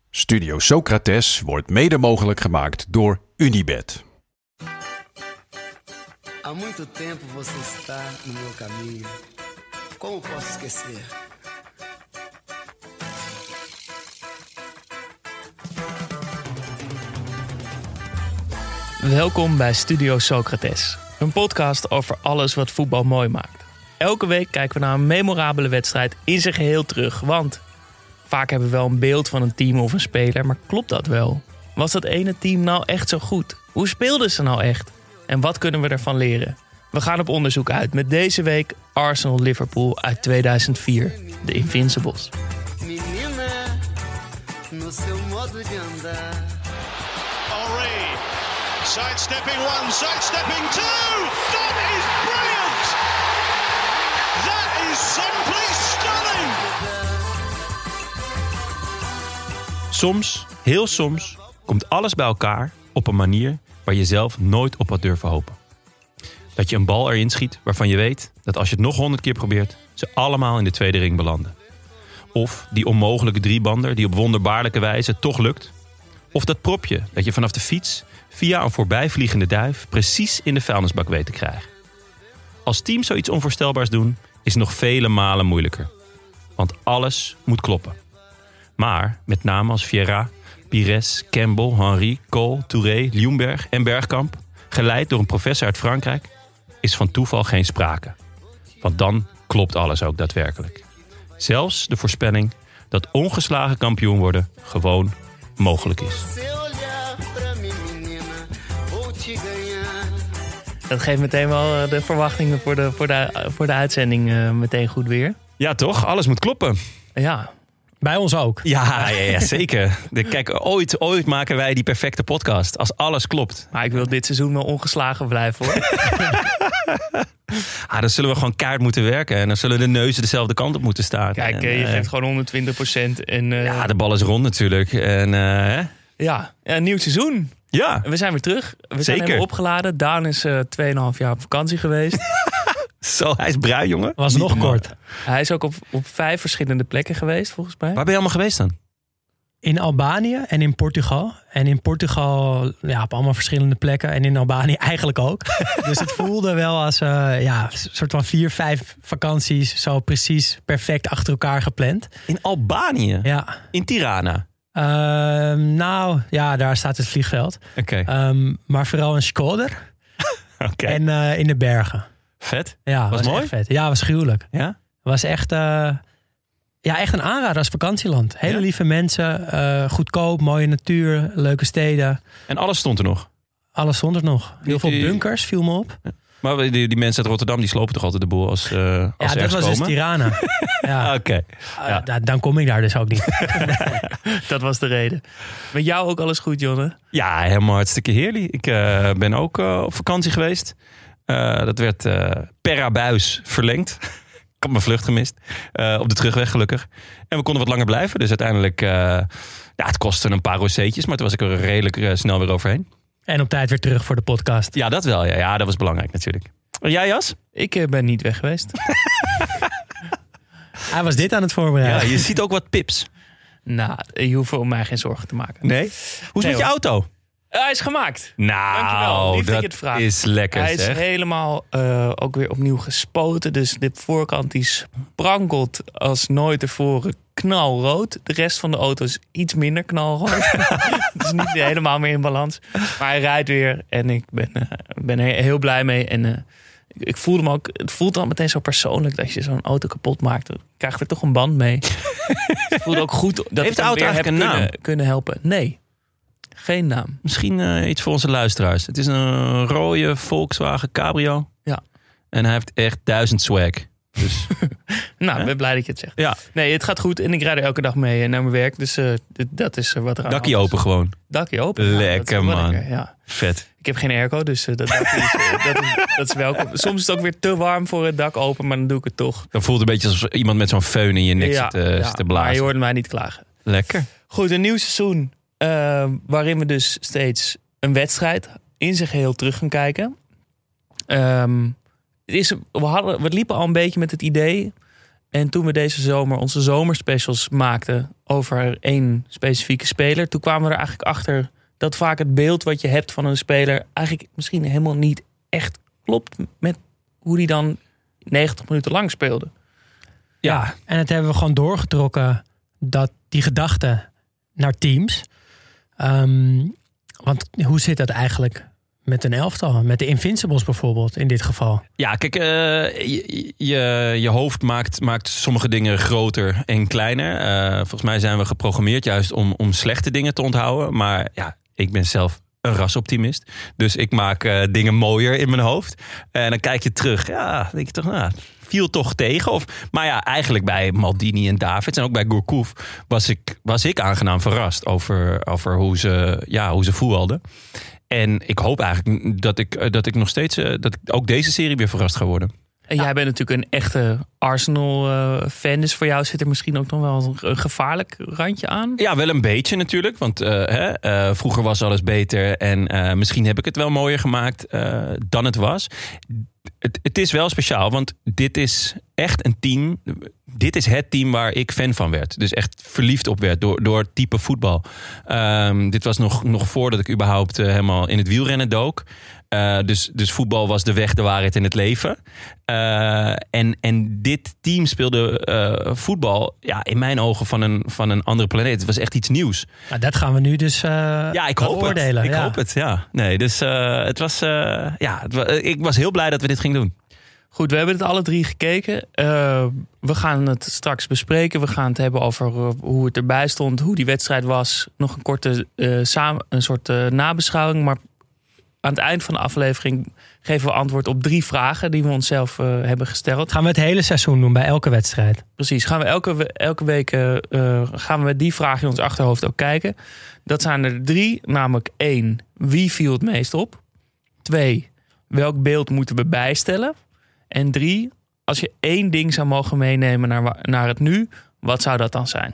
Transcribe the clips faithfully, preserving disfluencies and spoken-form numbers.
Studio Socrates wordt mede mogelijk gemaakt door Unibet. Há muito tempo você está no meu caminho. Como posso esquecer? Welkom bij Studio Socrates, een podcast over alles wat voetbal mooi maakt. Elke week kijken we naar een memorabele wedstrijd in zijn geheel terug, want vaak hebben we wel een beeld van een team of een speler, maar klopt dat wel? Was dat ene team nou echt zo goed? Hoe speelden ze nou echt? En wat kunnen we ervan leren? We gaan op onderzoek uit met deze week Arsenal-Liverpool uit tweeduizend vier, de Invincibles. Menina, no seu modo de andar. Henry, sidestepping one, sidestepping two. That is brilliant. That is simply stunning. Soms, heel soms, komt alles bij elkaar op een manier waar je zelf nooit op had durven hopen. Dat je een bal erin schiet waarvan je weet dat als je het nog honderd keer probeert, ze allemaal in de tweede ring belanden. Of die onmogelijke driebander die op wonderbaarlijke wijze toch lukt. Of dat propje dat je vanaf de fiets via een voorbijvliegende duif precies in de vuilnisbak weet te krijgen. Als teams zoiets onvoorstelbaars doen, is het nog vele malen moeilijker. Want alles moet kloppen. Maar met namen als Vieira, Pires, Campbell, Henry, Cole, Touré, Ljungberg en Bergkamp, geleid door een professor uit Frankrijk, is van toeval geen sprake. Want dan klopt alles ook daadwerkelijk. Zelfs de voorspelling dat ongeslagen kampioen worden gewoon mogelijk is. Se olhar pra mim, menina, vou te ganhar. Dat geeft meteen wel de verwachtingen voor de, voor de, voor de uitzending uh, meteen goed weer. Ja toch? Alles moet kloppen. Ja, Bij ons ook. Ja, ja, ja zeker. De, kijk, ooit, ooit maken wij die perfecte podcast. Als alles klopt. maar ik wil dit seizoen wel ongeslagen blijven hoor. Ah, dan zullen we gewoon kaart moeten werken. En dan zullen de neuzen dezelfde kant op moeten staan. Kijk, en, uh, je uh, geeft gewoon honderdtwintig procent. En, uh, Ja, de bal is rond natuurlijk. En, uh, hè? ja, ja, een nieuw seizoen. Ja, We zijn weer terug. We zijn Zeker. helemaal opgeladen. Daan is uh, twee komma vijf jaar op vakantie geweest. zo, hij is bruin, jongen. Was Niet nog normaal. kort. Hij is ook op, op vijf verschillende plekken geweest, volgens mij. Waar ben je allemaal geweest dan? In Albanië en in Portugal. En in Portugal ja, op allemaal verschillende plekken. En in Albanië eigenlijk ook. Dus het voelde wel als uh, ja, een soort van vier, vijf vakanties. Zo precies perfect achter elkaar gepland. In Albanië? Ja. In Tirana? Ehm, nou, ja, daar staat het vliegveld. Oké, Ehm, maar vooral in Skoder. oké. En uh, in de bergen. Vet. Ja, Was was, mooi? echt vet. Ja, was gruwelijk. Ja? Was echt, uh, ja, echt een aanrader als vakantieland. Hele Ja? lieve mensen, uh, goedkoop, mooie natuur, leuke steden. En alles stond er nog. Alles stond er nog. Heel veel Die- bunkers viel me op. Maar die, die mensen uit Rotterdam die slopen toch altijd de boel als, uh, als Ja, ze dat ergens was komen? dus Tirana. Ja, Oké. uh, da- dan kom ik daar dus ook niet. Dat was de reden. Met jou ook alles goed, Jonne? Ja, helemaal hartstikke heerlijk. Ik uh, ben ook uh, op vakantie geweest. Uh, dat werd uh, per abuis verlengd. Ik had mijn vlucht gemist. Uh, op de terugweg gelukkig. En we konden wat langer blijven. Dus uiteindelijk, uh, ja, het kostte een paar rozeetjes. Maar toen was ik er redelijk uh, snel weer overheen. En op tijd weer terug voor de podcast. Ja, dat wel. Ja, ja dat was belangrijk natuurlijk. En jij, Jas? Ik uh, ben niet weg geweest. Hij was dit aan het Ja, voorbereiden. je ziet ook wat pips. nou, je hoeft om mij geen zorgen te maken. Nee? Hoe is het Nee, met je hoor. auto? Uh, hij is gemaakt. Nou, Dankjewel, lief dat je dat het vraagt. is lekker, Hij is zeg. helemaal uh, ook weer opnieuw gespoten. Dus de voorkant die sprankelt als nooit tevoren knalrood. De rest van de auto is iets minder knalrood. Het is niet helemaal meer in balans. Maar hij rijdt weer en ik ben, uh, ben er heel blij mee. En uh, ik, ik voelde me ook, het voelt dan meteen zo persoonlijk dat je zo'n auto kapot maakt. Dan krijg je er toch een band mee. Het voelde ook goed dat Heeft ik de hem auto weer heb eigenlijk een kunnen, naam? kunnen helpen. Nee, geen naam. Misschien uh, iets voor onze luisteraars. Het is een rode Volkswagen Cabrio. Ja. En hij heeft echt duizend swag. Dus Nou, ik Hè? ben blij dat je het zegt. ja, Nee, het gaat goed en ik rijd er elke dag mee naar mijn werk. Dus uh, d- dat is uh, wat er aan dakje de hand open is. gewoon. Dakje open. Ja, Lekker, dat is wel man. lekker, ja. Vet. Ik heb geen airco, dus uh, dat, dakje is, uh, dat, is, dat is welkom. Soms is het ook weer te warm voor het dak open, maar dan doe ik het toch. Dan voelt het een beetje alsof iemand met zo'n föhn in je nek ja, zit, uh, ja, zit te maar blazen. je hoort mij niet klagen. Lekker. Goed, een nieuw seizoen uh, waarin we dus steeds een wedstrijd in zijn geheel terug gaan kijken. Um, het is, we, hadden, we liepen al een beetje met het idee En toen we deze zomer onze zomerspecials maakten over één specifieke speler, toen kwamen we er eigenlijk achter dat vaak het beeld wat je hebt van een speler eigenlijk misschien helemaal niet echt klopt met hoe die dan negentig minuten lang speelde. Ja, ja, en het hebben we gewoon doorgetrokken, dat die gedachte naar teams. Um, want hoe zit dat eigenlijk met een elftal? Met de Invincibles bijvoorbeeld, in dit geval. Ja, kijk, uh, je, je, je hoofd maakt, maakt sommige dingen groter en kleiner. Uh, volgens mij zijn we geprogrammeerd juist om, om slechte dingen te onthouden. Maar ja, ik ben zelf een rasoptimist. Dus ik maak uh, dingen mooier in mijn hoofd. En dan kijk je terug. Ja, denk je toch, nou, viel toch tegen. Of, maar ja, eigenlijk bij Maldini en Davids en ook bij Gourcuff was ik, was ik aangenaam verrast over, over hoe ze, ja, hoe ze voetbalden. En ik hoop eigenlijk dat ik, dat ik nog steeds, dat ik ook deze serie weer verrast ga worden. En jij bent natuurlijk een echte Arsenal-fan. Dus voor jou zit er misschien ook nog wel een gevaarlijk randje aan. Ja, wel een beetje natuurlijk. Want uh, hè, uh, vroeger was alles beter. En uh, misschien heb ik het wel mooier gemaakt uh, dan het was. Het, het is wel speciaal, want dit is echt een team. Dit is het team waar ik fan van werd. Dus echt verliefd op werd door, door het type voetbal. Um, dit was nog, nog voordat ik überhaupt uh, helemaal in het wielrennen dook. Uh, dus, dus voetbal was de weg, de waarheid en het leven. Uh, en, en dit team speelde uh, voetbal ja, in mijn ogen van een, van een andere planeet. Het was echt iets nieuws. Nou, dat gaan we nu dus uh, ja, ik hoop beoordelen. Het. Ik ja. hoop het, ja. Nee, dus uh, het was, uh, ja, het was, ik was heel blij dat we dit gingen doen. Goed, we hebben het alle drie gekeken. Uh, we gaan het straks bespreken. We gaan het hebben over uh, hoe het erbij stond, hoe die wedstrijd was. Nog een korte uh, samen, een soort uh, nabeschouwing. Maar aan het eind van de aflevering geven we antwoord op drie vragen die we onszelf uh, hebben gesteld. Gaan we het hele seizoen doen bij elke wedstrijd? Precies, gaan we elke, elke week uh, gaan we met die vraag in ons achterhoofd ook kijken. Dat zijn er drie, namelijk één, wie viel het meest op? Twee, welk beeld moeten we bijstellen? En drie, als je één ding zou mogen meenemen naar, naar het nu, wat zou dat dan zijn?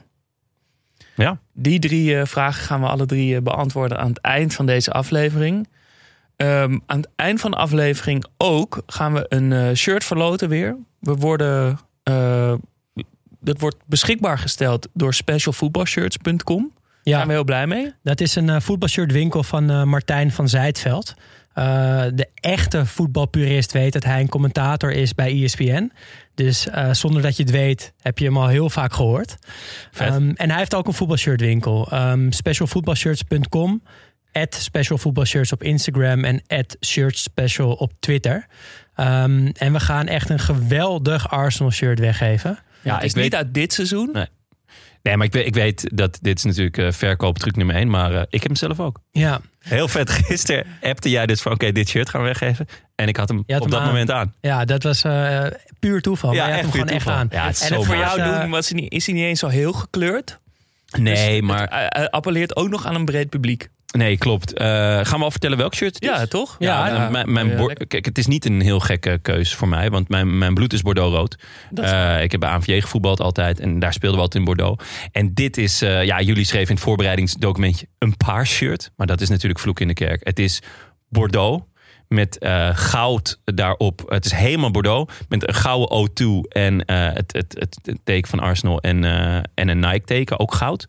Ja. Die drie uh, vragen gaan we alle drie uh, beantwoorden aan het eind van deze aflevering. Um, aan het eind van de aflevering ook gaan we een uh, shirt verloten weer. We worden, uh, dat wordt beschikbaar gesteld door special football shirts punt com. Daar Ja, zijn we heel blij mee. dat is een uh, voetbalshirtwinkel van uh, Martijn van Zijtveld. Uh, de echte voetbalpurist weet dat hij een commentator is bij E S P N. Dus uh, zonder dat je het weet, heb je hem al heel vaak gehoord. Um, en hij heeft ook een voetbalshirtwinkel. Um, special football shirts punt com. at Special Football Shirts op Instagram en at Shirt Special op Twitter. Um, en we gaan echt een geweldig Arsenal shirt weggeven. Ja, het is ik weet- niet uit dit seizoen. Nee. Nee, maar ik weet, ik weet dat dit is natuurlijk uh, verkooptruc nummer één. Maar uh, ik heb hem zelf ook. Ja, Heel vet. Gisteren appte jij dus van oké, okay, dit shirt gaan we weggeven. En ik had hem Je had op hem dat aan. moment aan. ja dat was uh, puur toeval. Ja, maar je had echt hem puur gewoon toeval. echt aan. Ja, het is En zo het voor mooi. jou Uh, doen was hij niet, is hij niet eens zo heel gekleurd. Nee, Dus maar het, uh, uh, appelleert ook nog aan een breed publiek. nee, klopt. Uh, gaan we al vertellen welk shirt het is? Ja, toch? Ja, Ja, mijn, mijn Ja, bor- lekker. kijk, het is niet een heel gekke keus voor mij, want mijn, mijn bloed is Bordeaux-rood. Dat is Uh, ik heb bij A N V J gevoetbald altijd en daar speelden we altijd in Bordeaux. En dit is, uh, ja, jullie schreven in het voorbereidingsdocumentje een paars shirt, maar dat is natuurlijk vloek in de kerk. Het is Bordeaux met uh, goud daarop. Het is helemaal Bordeaux met een gouden O twee en uh, het, het, het, het teken van Arsenal en, uh, en een Nike teken, ook goud.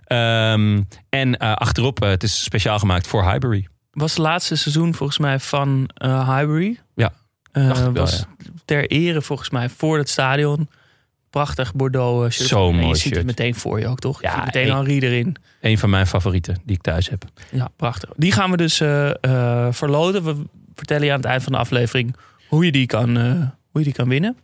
Um, en uh, achterop, uh, het is speciaal gemaakt voor Highbury. Was het laatste seizoen volgens mij van uh, Highbury. Ja, Uh, dacht ik wel, was ter ere volgens mij voor het stadion. Prachtig Bordeaux uh, shirt. Zo'n En je mooi ziet shirt. het meteen voor je ook, toch? Je Ja, ziet meteen ik- Henri erin. Een van mijn favorieten die ik thuis heb. Ja, prachtig. Die gaan we dus uh, uh, verloten. We vertellen je aan het eind van de aflevering hoe je die kan, uh, hoe je die kan winnen.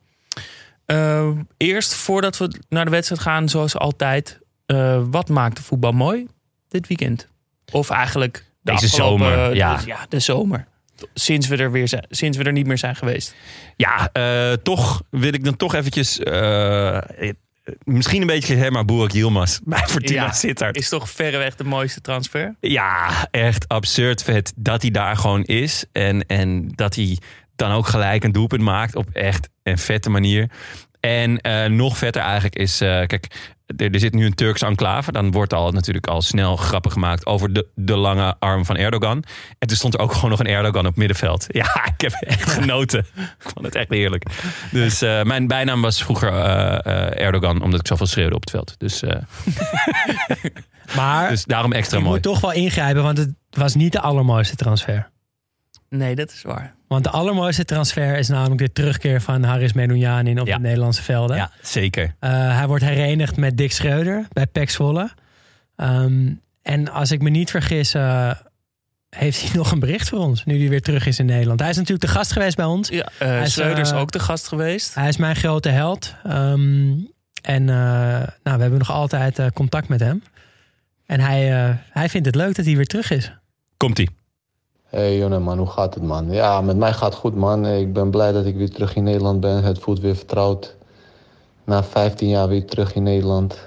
Uh, eerst, voordat we naar de wedstrijd gaan, zoals altijd. Uh, wat maakt de voetbal mooi dit weekend? Of eigenlijk de Deze afgelopen- zomer, ja. dus ja, de zomer. Sinds we er weer zijn, sinds we er niet meer zijn geweest. Ja, uh, toch wil ik dan toch eventjes... Uh, misschien een beetje hè, maar Burak Yilmaz bij Fortuna Ja, Sittard. Is toch verreweg de mooiste transfer? Ja, echt absurd vet dat hij daar gewoon is. En, en dat hij dan ook gelijk een doelpunt maakt op echt een vette manier. En uh, nog vetter eigenlijk is... Uh, kijk, er, er zit nu een Turkse enclave. Dan wordt al natuurlijk al snel grappen gemaakt over de, de lange arm van Erdogan. En toen stond er ook gewoon nog een Erdogan op middenveld. Ja, ik heb echt genoten. Ik vond het echt heerlijk. Dus uh, mijn bijnaam was vroeger uh, uh, Erdogan, omdat ik zoveel schreeuwde op het veld. Dus, uh, maar dus daarom extra je mooi. moet toch wel ingrijpen, want het was niet de allermooiste transfer. Nee, dat is waar. Want de allermooiste transfer is namelijk de terugkeer van Haris Medunjanin op Ja. de Nederlandse velden. Ja, zeker. Uh, hij wordt herenigd met Dick Schreuder bij P E C Zwolle. Um, en als ik me niet vergis, uh, heeft hij nog een bericht voor ons, nu hij weer terug is in Nederland. Hij is natuurlijk de gast geweest bij ons. Ja, uh, Schreuder is uh, ook de gast geweest. Hij is mijn grote held. Um, en uh, nou, we hebben nog altijd uh, contact met hem. En hij, uh, hij vindt het leuk dat hij weer terug is. Komt-ie. Hey Jonne man, hoe gaat het man? Ja, met mij gaat het goed man. Ik ben blij dat ik weer terug in Nederland ben. Het voelt weer vertrouwd. Na vijftien jaar weer terug in Nederland.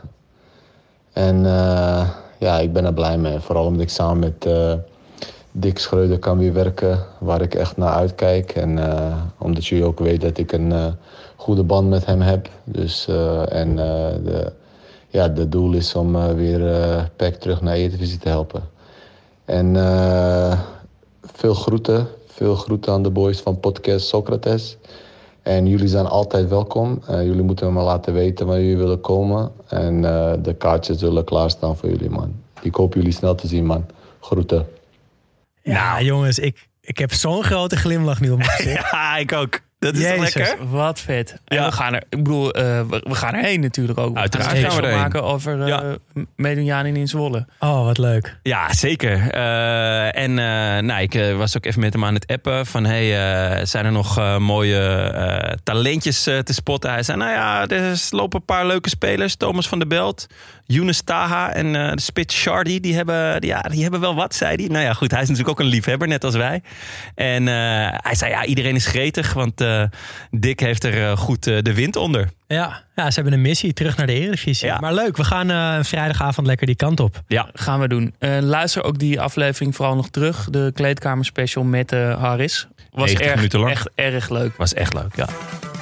En uh, ja, ik ben er blij mee. Vooral omdat ik samen met uh, Dick Schreuder kan weer werken. Waar ik echt naar uitkijk. En uh, omdat jullie ook weten dat ik een uh, goede band met hem heb. Dus, uh, en uh, de, ja, de doel is om uh, weer uh, P E C terug naar Eredivisie te helpen. En uh, veel groeten. Veel groeten aan de boys van podcast Socrates. En jullie zijn altijd welkom. Uh, jullie moeten me laten weten waar jullie willen komen. En uh, de kaartjes zullen klaarstaan voor jullie, man. Ik hoop jullie snel te zien, man. Groeten. Ja, nou, jongens, ik, ik heb zo'n grote glimlach nu op mijn gezicht. Ja, ik ook. Dat is Jezus. toch lekker? Wat vet. En Ja. we gaan er, ik bedoel, uh, we, we gaan erheen natuurlijk ook. Uiteraard we gaan gaan we een erheen. maken over uh, Ja. Medunjanin in Zwolle. Oh, wat leuk. Ja, zeker. Uh, en uh, nou, ik uh, was ook even met hem aan het appen. Van, hey, uh, zijn er nog uh, mooie uh, talentjes uh, te spotten? Hij zei, nou ja, er lopen een paar leuke spelers. Thomas van der Belt, Younes Taha en uh, de spits Shardy. Die hebben, die, ja, die hebben wel wat, zei hij. Nou ja, goed, hij is natuurlijk ook een liefhebber, net als wij. En uh, hij zei, ja, iedereen is gretig. Want uh, Dick heeft er uh, goed uh, de wind onder. Ja, ja, ze hebben een missie terug naar de Eredivisie. Ja. Maar leuk, we gaan uh, een vrijdagavond lekker die kant op. Ja, Gaan we doen. Uh, luister ook die aflevering vooral nog terug. De kleedkamer special met uh, Haris. Was negentig erg, minuten lang. echt erg leuk. Was echt leuk, ja.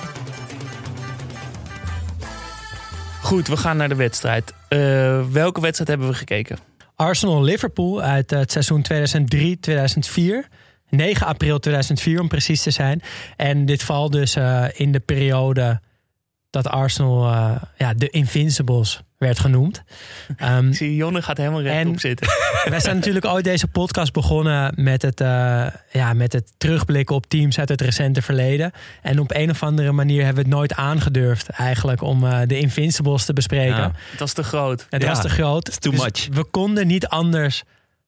Goed, we gaan naar de wedstrijd. Uh, welke wedstrijd hebben we gekeken? Arsenal-Liverpool uit uh, het seizoen tweeduizend drie tweeduizend vier. negen april tweeduizend vier om precies te zijn. En dit valt dus uh, in de periode dat Arsenal uh, ja, de Invincibles werd genoemd. Um, Ik zie Jonne gaat helemaal rechtop En- zitten. wij zijn natuurlijk ooit deze podcast begonnen met het, uh, ja, met het terugblikken op teams uit het recente verleden. En op een of andere manier hebben we het nooit aangedurfd eigenlijk om uh, de Invincibles te bespreken. Ja. Het was te groot. Het Ja, was te groot. it's too Dus much. we konden niet anders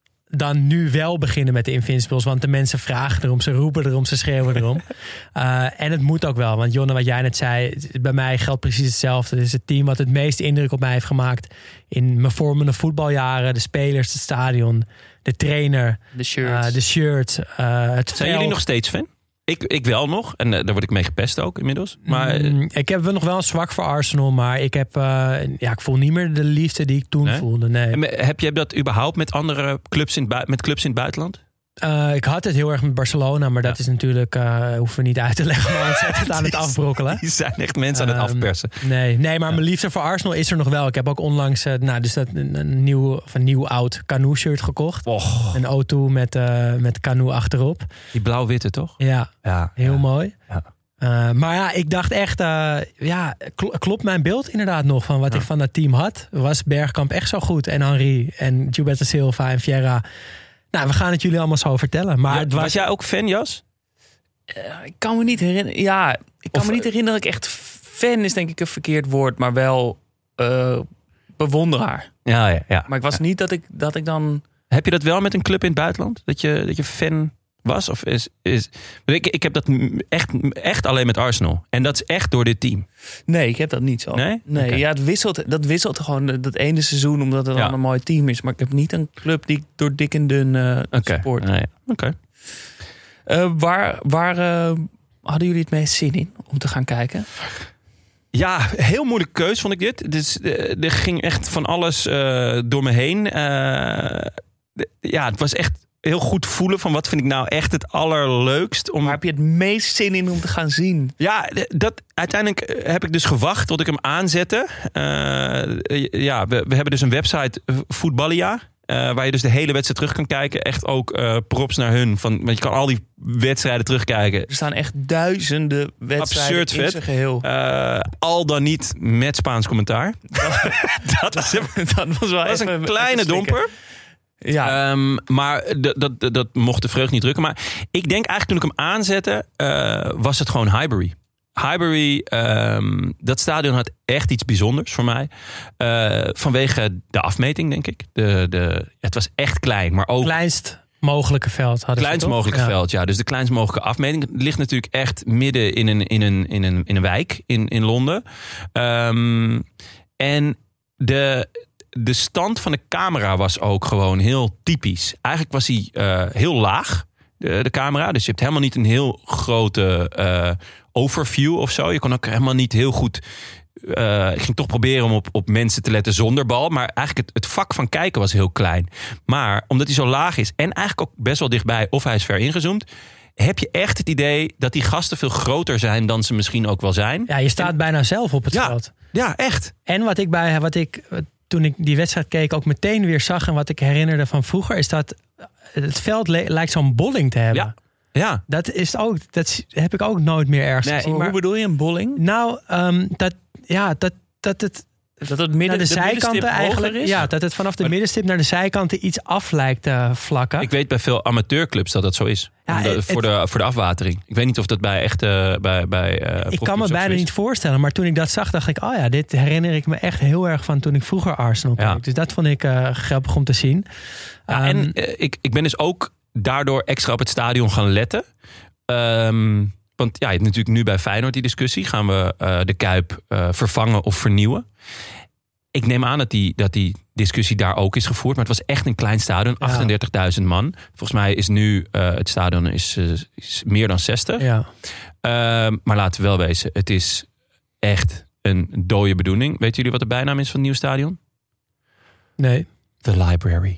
dan nu wel beginnen met de Invincibles. Want de mensen vragen erom, ze roepen erom, ze schreeuwen erom. Uh, en het moet ook wel. Want Jonne, wat jij net zei, bij mij geldt precies hetzelfde. Het is het team wat het meeste indruk op mij heeft gemaakt in mijn vormende voetbaljaren. De spelers, het stadion, de trainer, De shirts. uh, de shirt, uh, het Zijn veld. jullie nog steeds fan? Ik, ik wel nog. En uh, daar word ik mee gepest ook inmiddels. Maar uh, Mm, ik heb wel nog wel een zwak voor Arsenal. Maar ik, heb, uh, ja, ik voel niet meer de liefde die ik toen Nee? voelde. Nee. en heb je dat überhaupt met andere clubs in het, bui- met clubs in het buitenland? Uh, ik had het heel erg met Barcelona, maar dat Ja. is natuurlijk, uh, hoeven we niet uit te leggen, maar ontzettend aan het Die- afbrokkelen. Die zijn echt mensen aan het Ehm, afpersen. Nee, nee, maar mijn liefde voor Arsenal is er nog wel. Ik heb ook onlangs uh, nou, dus dat, een, een nieuw, of een nieuw oud Canoe shirt gekocht. Och, Een O twee met, uh, met Canoe achterop. die blauw-witte toch? Ja, Ja, heel ja. mooi. Ja. Uh, maar ja, ik dacht echt, uh, ja, kl- klopt mijn beeld inderdaad nog van wat Ja. ik van dat team had? Was Bergkamp echt zo goed? En Henry en Gilberto Silva en Vieira. Nou, we gaan het jullie allemaal zo vertellen. Maar Ja, het was, was jij ook fan, Jas? Uh, ik kan me niet herinneren. Ja, ik kan Of- me niet herinneren dat ik echt fan is, denk ik, een verkeerd woord, maar wel uh, bewonderaar. Ja, ja, ja. Maar ik was niet dat ik, dat ik dan. Heb je dat wel met een club in het buitenland? Dat je, dat je fan was? Of is, is... Ik, ik heb dat echt, echt alleen met Arsenal. En dat is echt door dit team. Nee, ik heb dat niet zo. Nee? Nee, Oké. ja, het wisselt, dat wisselt gewoon dat ene seizoen omdat het Ja. dan een mooi team is. Maar ik heb niet een club die ik door dik en dun uh, Oké. support. Nee, oké. Uh, waar waar uh, hadden jullie het meest zin in om te gaan kijken? Ja, heel moeilijke keus vond ik dit. Dus, uh, er ging echt van alles uh, door me heen. Uh, de- ja, het was echt heel goed voelen van wat vind ik nou echt het allerleukst. Om... Waar heb je het meest zin in om te gaan zien? Ja, dat, uiteindelijk heb ik dus gewacht tot ik hem aanzette. Uh, ja, we, we hebben dus een website, Voetballia. Uh, waar je dus de hele wedstrijd terug kan kijken. Echt ook uh, props naar hun. Van, want je kan al die wedstrijden terugkijken. Er staan echt duizenden wedstrijden Absurd in vet. zijn geheel. Uh, al dan niet met Spaans commentaar. dat, was, dat was wel dat was even, een kleine domper. Ja. Um, maar dat, dat, dat mocht de vreugd niet drukken. Maar ik denk eigenlijk toen ik hem aanzette, uh, was het gewoon Highbury. Highbury, um, dat stadion had echt iets bijzonders voor mij. Uh, vanwege de afmeting, denk ik. De, de, het was echt klein, maar ook... Kleinst mogelijke veld hadden ze, Kleinst toch? mogelijke Ja. veld, ja. Dus de kleinst mogelijke afmeting. Het ligt natuurlijk echt midden in een, in een, in een, in een wijk in, in Londen. Um, en de... De stand van de camera was ook gewoon heel typisch. Eigenlijk was hij uh, heel laag, de, de camera. Dus je hebt helemaal niet een heel grote uh, overview of zo. Je kon ook helemaal niet heel goed... Uh, ik ging toch proberen om op, op mensen te letten zonder bal. Maar eigenlijk het, het vak van kijken was heel klein. Maar omdat hij zo laag is en eigenlijk ook best wel dichtbij... of hij is ver ingezoomd... heb je echt het idee dat die gasten veel groter zijn... dan ze misschien ook wel zijn. Ja, je staat en, bijna zelf op het ja, veld. Ja, echt. En wat ik bij... Wat ik, toen ik die wedstrijd keek ook meteen weer zag... en wat ik herinnerde van vroeger... is dat het veld le- lijkt zo'n bolling te hebben. Ja. Ja. Dat, is ook, dat heb ik ook nooit meer ergens Nee, gezien. Hoe Maar, bedoel je, een bolling? nou, um, dat, ja, dat, dat het... Dat het midden, naar de, de zijkanten middenstip eigenlijk... hoger is? Ja, dat het vanaf de middenstip naar de zijkanten iets af lijkt te vlakken. Ik weet bij veel amateurclubs dat dat zo is. Ja, de, het, voor, de, voor de afwatering. Ik weet niet of dat bij echte... Bij, bij, uh, ik kan me profclubs ook bijna zo is. niet voorstellen. Maar toen ik dat zag, dacht ik... oh ja, dit herinner ik me echt heel erg van toen ik vroeger Arsenal keek. Ja. Dus dat vond ik uh, grappig om te zien. Ja, Um, en uh, ik, ik ben dus ook daardoor extra op het stadion gaan letten. Um, want ja, je hebt natuurlijk nu bij Feyenoord die discussie. Gaan we uh, de Kuip uh, vervangen of vernieuwen? Ik neem aan dat die, dat die discussie daar ook is gevoerd. Maar het was echt een klein stadion. Ja. achtendertigduizend man. Volgens mij is nu uh, het stadion is, uh, is meer dan zestig. ja. Uh, maar laten we wel wezen. Het is echt een dode bedoeling. Weten jullie wat de bijnaam is van het nieuwe stadion? Nee. The Library.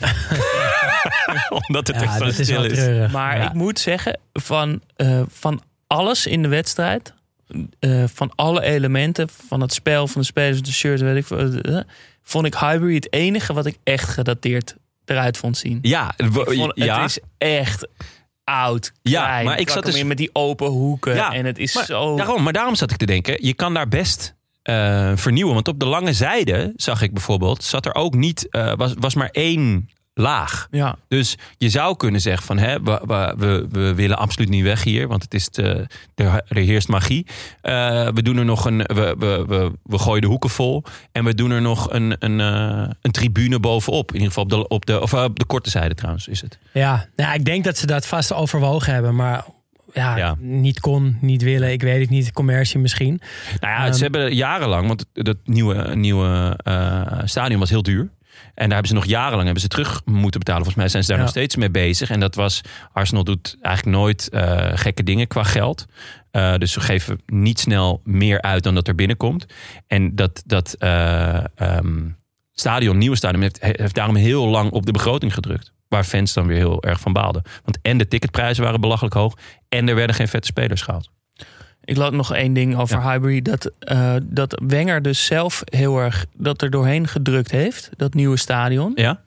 Omdat het Ja, echt zo dat is stil wel is. treurig. Maar Ja. ik moet zeggen, van, uh, van alles in de wedstrijd... Uh, van alle elementen, van het spel, van de spelers, de shirts, weet ik veel... Uh, vond ik Highbury het enige wat ik echt gedateerd eruit vond zien. Ja, Ik vond, ja. Het is echt oud, Ja, klein, maar ik zat dus- in met die open hoeken. Ja, en het is maar zo... Daarom, maar daarom zat ik te denken, je kan daar best uh, vernieuwen. Want op de lange zijde, zag ik bijvoorbeeld, zat er ook niet, uh, was, was maar één laag. Ja. Dus je zou kunnen zeggen van, hè, we, we, we, we willen absoluut niet weg hier, want het is te, er, er heerst magie. Uh, we doen er nog een, we, we, we, we gooien de hoeken vol en we doen er nog een, een, uh, een tribune bovenop. In ieder geval op de, op de, of uh, op de korte zijde trouwens is het. Ja, nou, ik denk dat ze dat vast overwogen hebben, maar ja, Ja. niet kon, niet willen. Ik weet het niet, commercie misschien. Nou ja, Um, ze hebben jarenlang, want het, dat nieuwe, nieuwe uh, stadion was heel duur. En daar hebben ze nog jarenlang hebben ze terug moeten betalen. Volgens mij zijn ze daar Ja. nog steeds mee bezig. En dat was, Arsenal doet eigenlijk nooit uh, gekke dingen qua geld. Uh, dus ze geven niet snel meer uit dan dat er binnenkomt. En dat, dat uh, um, stadion, nieuwe stadion, heeft, heeft daarom heel lang op de begroting gedrukt. Waar fans dan weer heel erg van baalden. Want en de ticketprijzen waren belachelijk hoog. En er werden geen vette spelers gehaald. Ik laat nog één ding over Ja. Highbury. Dat, uh, dat Wenger dus zelf heel erg dat er doorheen gedrukt heeft. Dat nieuwe stadion. Ja?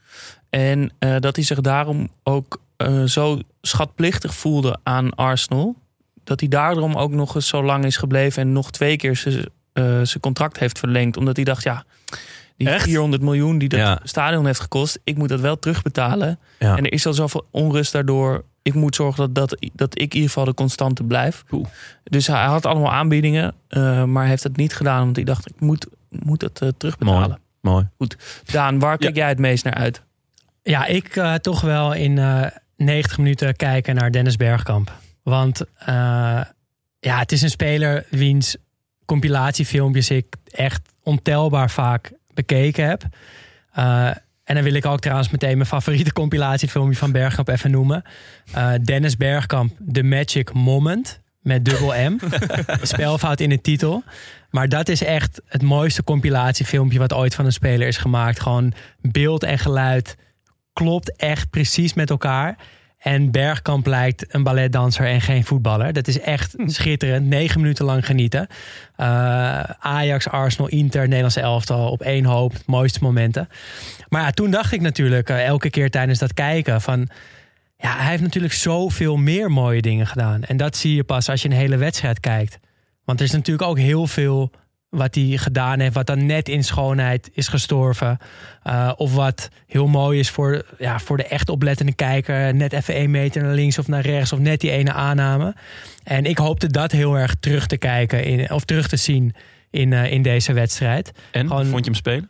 En uh, dat hij zich daarom ook uh, zo schatplichtig voelde aan Arsenal. Dat hij daarom ook nog eens zo lang is gebleven. En nog twee keer zijn uh, contract heeft verlengd. Omdat hij dacht, ja, die Echt? vierhonderd miljoen die dat Ja. stadion heeft gekost. Ik moet dat wel terugbetalen. Ja. En er is al zoveel onrust daardoor. Ik moet zorgen dat, dat, dat ik in ieder geval de constante blijf. Oeh. Dus hij had allemaal aanbiedingen. Uh, maar heeft het niet gedaan. Want hij dacht, ik moet, moet het uh, terugbetalen. Mooi. Goed. Daan, waar kijk jij het meest naar uit? Ja, ik uh, toch wel in uh, negentig minuten kijken naar Dennis Bergkamp. Want uh, ja, het is een speler wiens compilatiefilmpjes ik echt ontelbaar vaak bekeken heb. Uh, en dan wil ik ook trouwens meteen mijn favoriete compilatiefilmpje van Bergkamp even noemen. Uh, Dennis Bergkamp, The Magic Moment. Met dubbel M. Spelfout in de titel. Maar dat is echt het mooiste compilatiefilmpje wat ooit van een speler is gemaakt. Gewoon beeld en geluid klopt echt precies met elkaar. En Bergkamp lijkt een balletdanser en geen voetballer. Dat is echt schitterend. Negen minuten lang genieten. Uh, Ajax, Arsenal, Inter, Nederlandse elftal op één hoop. Mooiste momenten. Maar ja, toen dacht ik natuurlijk uh, elke keer tijdens dat kijken van... Ja, hij heeft natuurlijk zoveel meer mooie dingen gedaan. En dat zie je pas als je een hele wedstrijd kijkt. Want er is natuurlijk ook heel veel wat hij gedaan heeft... wat dan net in schoonheid is gestorven. Uh, of wat heel mooi is voor, ja, voor de echt oplettende kijker. Net even één meter naar links of naar rechts... of net die ene aanname. En ik hoopte dat heel erg terug te kijken... In, of terug te zien in, uh, in deze wedstrijd. En, Gewoon, vond je hem spelen?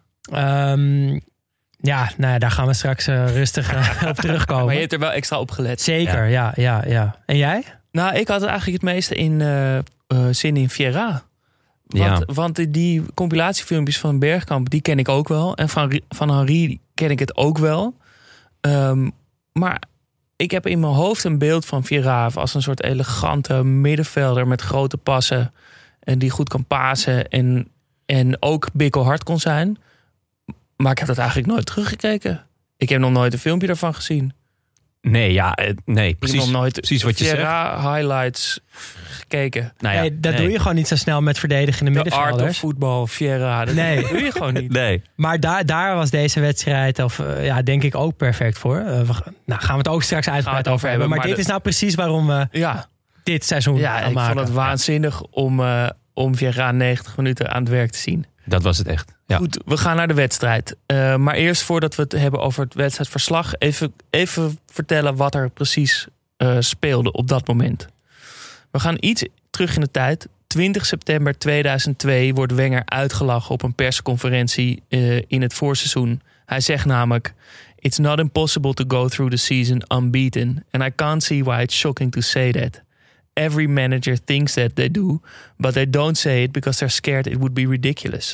Um, ja, nou ja, daar gaan we straks uh, rustig uh, op terugkomen. Maar je hebt er wel extra op gelet. Zeker, ja, ja, ja. ja. En jij? Nou, ik had eigenlijk het meeste in uh, uh, zin in Vieira. Want, Ja. want die compilatiefilmpjes van Bergkamp, die ken ik ook wel. En van, van Henry ken ik het ook wel. Um, maar ik heb in mijn hoofd een beeld van Vieira als een soort elegante middenvelder met grote passen. En die goed kan pasen en, en ook bikkelhard kon zijn. Maar ik heb dat eigenlijk nooit teruggekeken. Ik heb nog nooit een filmpje daarvan gezien. Nee, ja, eh, nee, Ik precies, heb nog nooit precies wat je zegt. Vieira highlights gekeken. Nou ja, nee, dat nee. doe je gewoon niet zo snel met verdedigende De art middenvelders. of voetbal, Vieira, dat Nee. doe je gewoon niet. Nee. Maar daar, daar was deze wedstrijd, of uh, ja, denk ik ook perfect voor. Uh, we, nou, gaan we het ook straks uitgebreid over over hebben. Maar, maar dit de- is nou precies waarom we Ja, dit seizoen ja gaan ik maken. vond het waanzinnig om, uh, om Vieira negentig minuten aan het werk te zien. Dat was het echt. Ja. Goed, we gaan naar de wedstrijd. Uh, maar eerst voordat we het hebben over het wedstrijdverslag... even, even vertellen wat er precies uh, speelde op dat moment. We gaan iets terug in de tijd. twintig september tweeduizend twee wordt Wenger uitgelachen op een persconferentie uh, in het voorseizoen. Hij zegt namelijk... It's not impossible to go through the season unbeaten. And I can't see why it's shocking to say that. Every manager thinks that they do, but they don't say it because they're scared it would be ridiculous.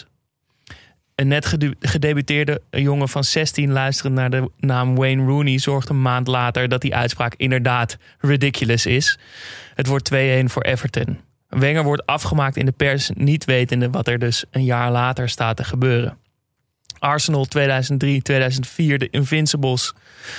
Een net gedu- gedebuteerde jongen van zestien luisterend naar de naam Wayne Rooney zorgt een maand later dat die uitspraak inderdaad ridiculous is. Het wordt twee-een voor Everton. Wenger wordt afgemaakt in de pers, niet wetende wat er dus een jaar later staat te gebeuren. Arsenal tweeduizend drie tweeduizend vier, de Invincibles.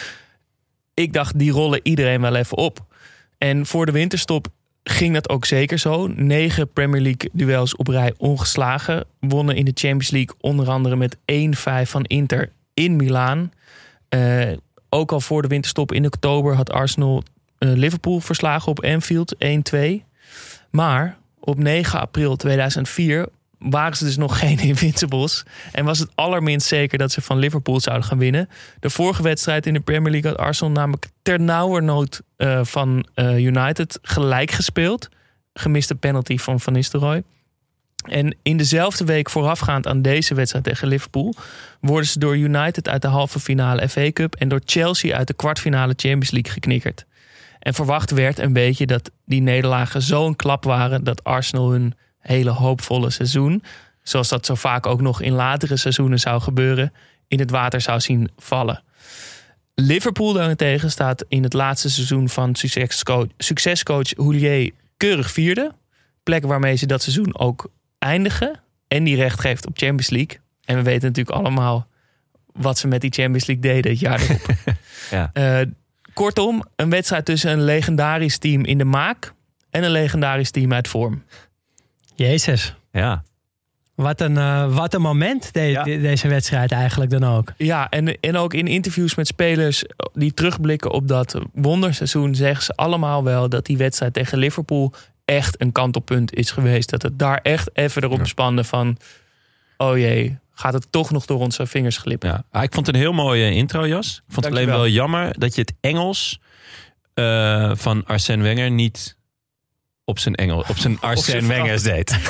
Ik dacht, die rollen iedereen wel even op. En voor de winterstop ging dat ook zeker zo. Negen Premier League duels op rij ongeslagen. Wonnen in de Champions League onder andere met één vijf van Inter in Milaan. Uh, ook al voor de winterstop in oktober had Arsenal uh, Liverpool verslagen op Anfield één twee. Maar op negen april tweeduizend vier waren ze dus nog geen Invincibles. En was het allerminst zeker dat ze van Liverpool zouden gaan winnen. De vorige wedstrijd in de Premier League had Arsenal namelijk ternauwernood uh, van uh, United gelijk gespeeld. Gemiste penalty van Van Nistelrooy. En in dezelfde week voorafgaand aan deze wedstrijd tegen Liverpool worden ze door United uit de halve finale F A Cup en door Chelsea uit de kwartfinale Champions League geknikkerd. En verwacht werd een beetje dat die nederlagen zo'n klap waren dat Arsenal hun hele hoopvolle seizoen, zoals dat zo vaak ook nog in latere seizoenen zou gebeuren, in het water zou zien vallen. Liverpool daarentegen staat in het laatste seizoen van succescoach, succescoach Houllier keurig vierde. Plek waarmee ze dat seizoen ook eindigen en die recht geeft op Champions League. En we weten natuurlijk allemaal wat ze met die Champions League deden het jaar erop. Ja. Uh, kortom, een wedstrijd tussen een legendarisch team in de maak en een legendarisch team uit vorm. Jezus, Ja. wat een, uh, wat een moment de- Ja. de- deze wedstrijd eigenlijk dan ook. Ja, en, en ook in interviews met spelers die terugblikken op dat wonderseizoen zeggen ze allemaal wel dat die wedstrijd tegen Liverpool echt een kantelpunt is geweest. Dat het daar echt even erop spande van, oh jee, gaat het toch nog door onze vingers glippen. Ja. Ah, ik vond het een heel mooie intro, Jas. Ik vond het alleen Dankjewel. wel jammer dat je het Engels uh, van Arsène Wenger niet op zijn Engels, op zijn Arsène Wenger deed.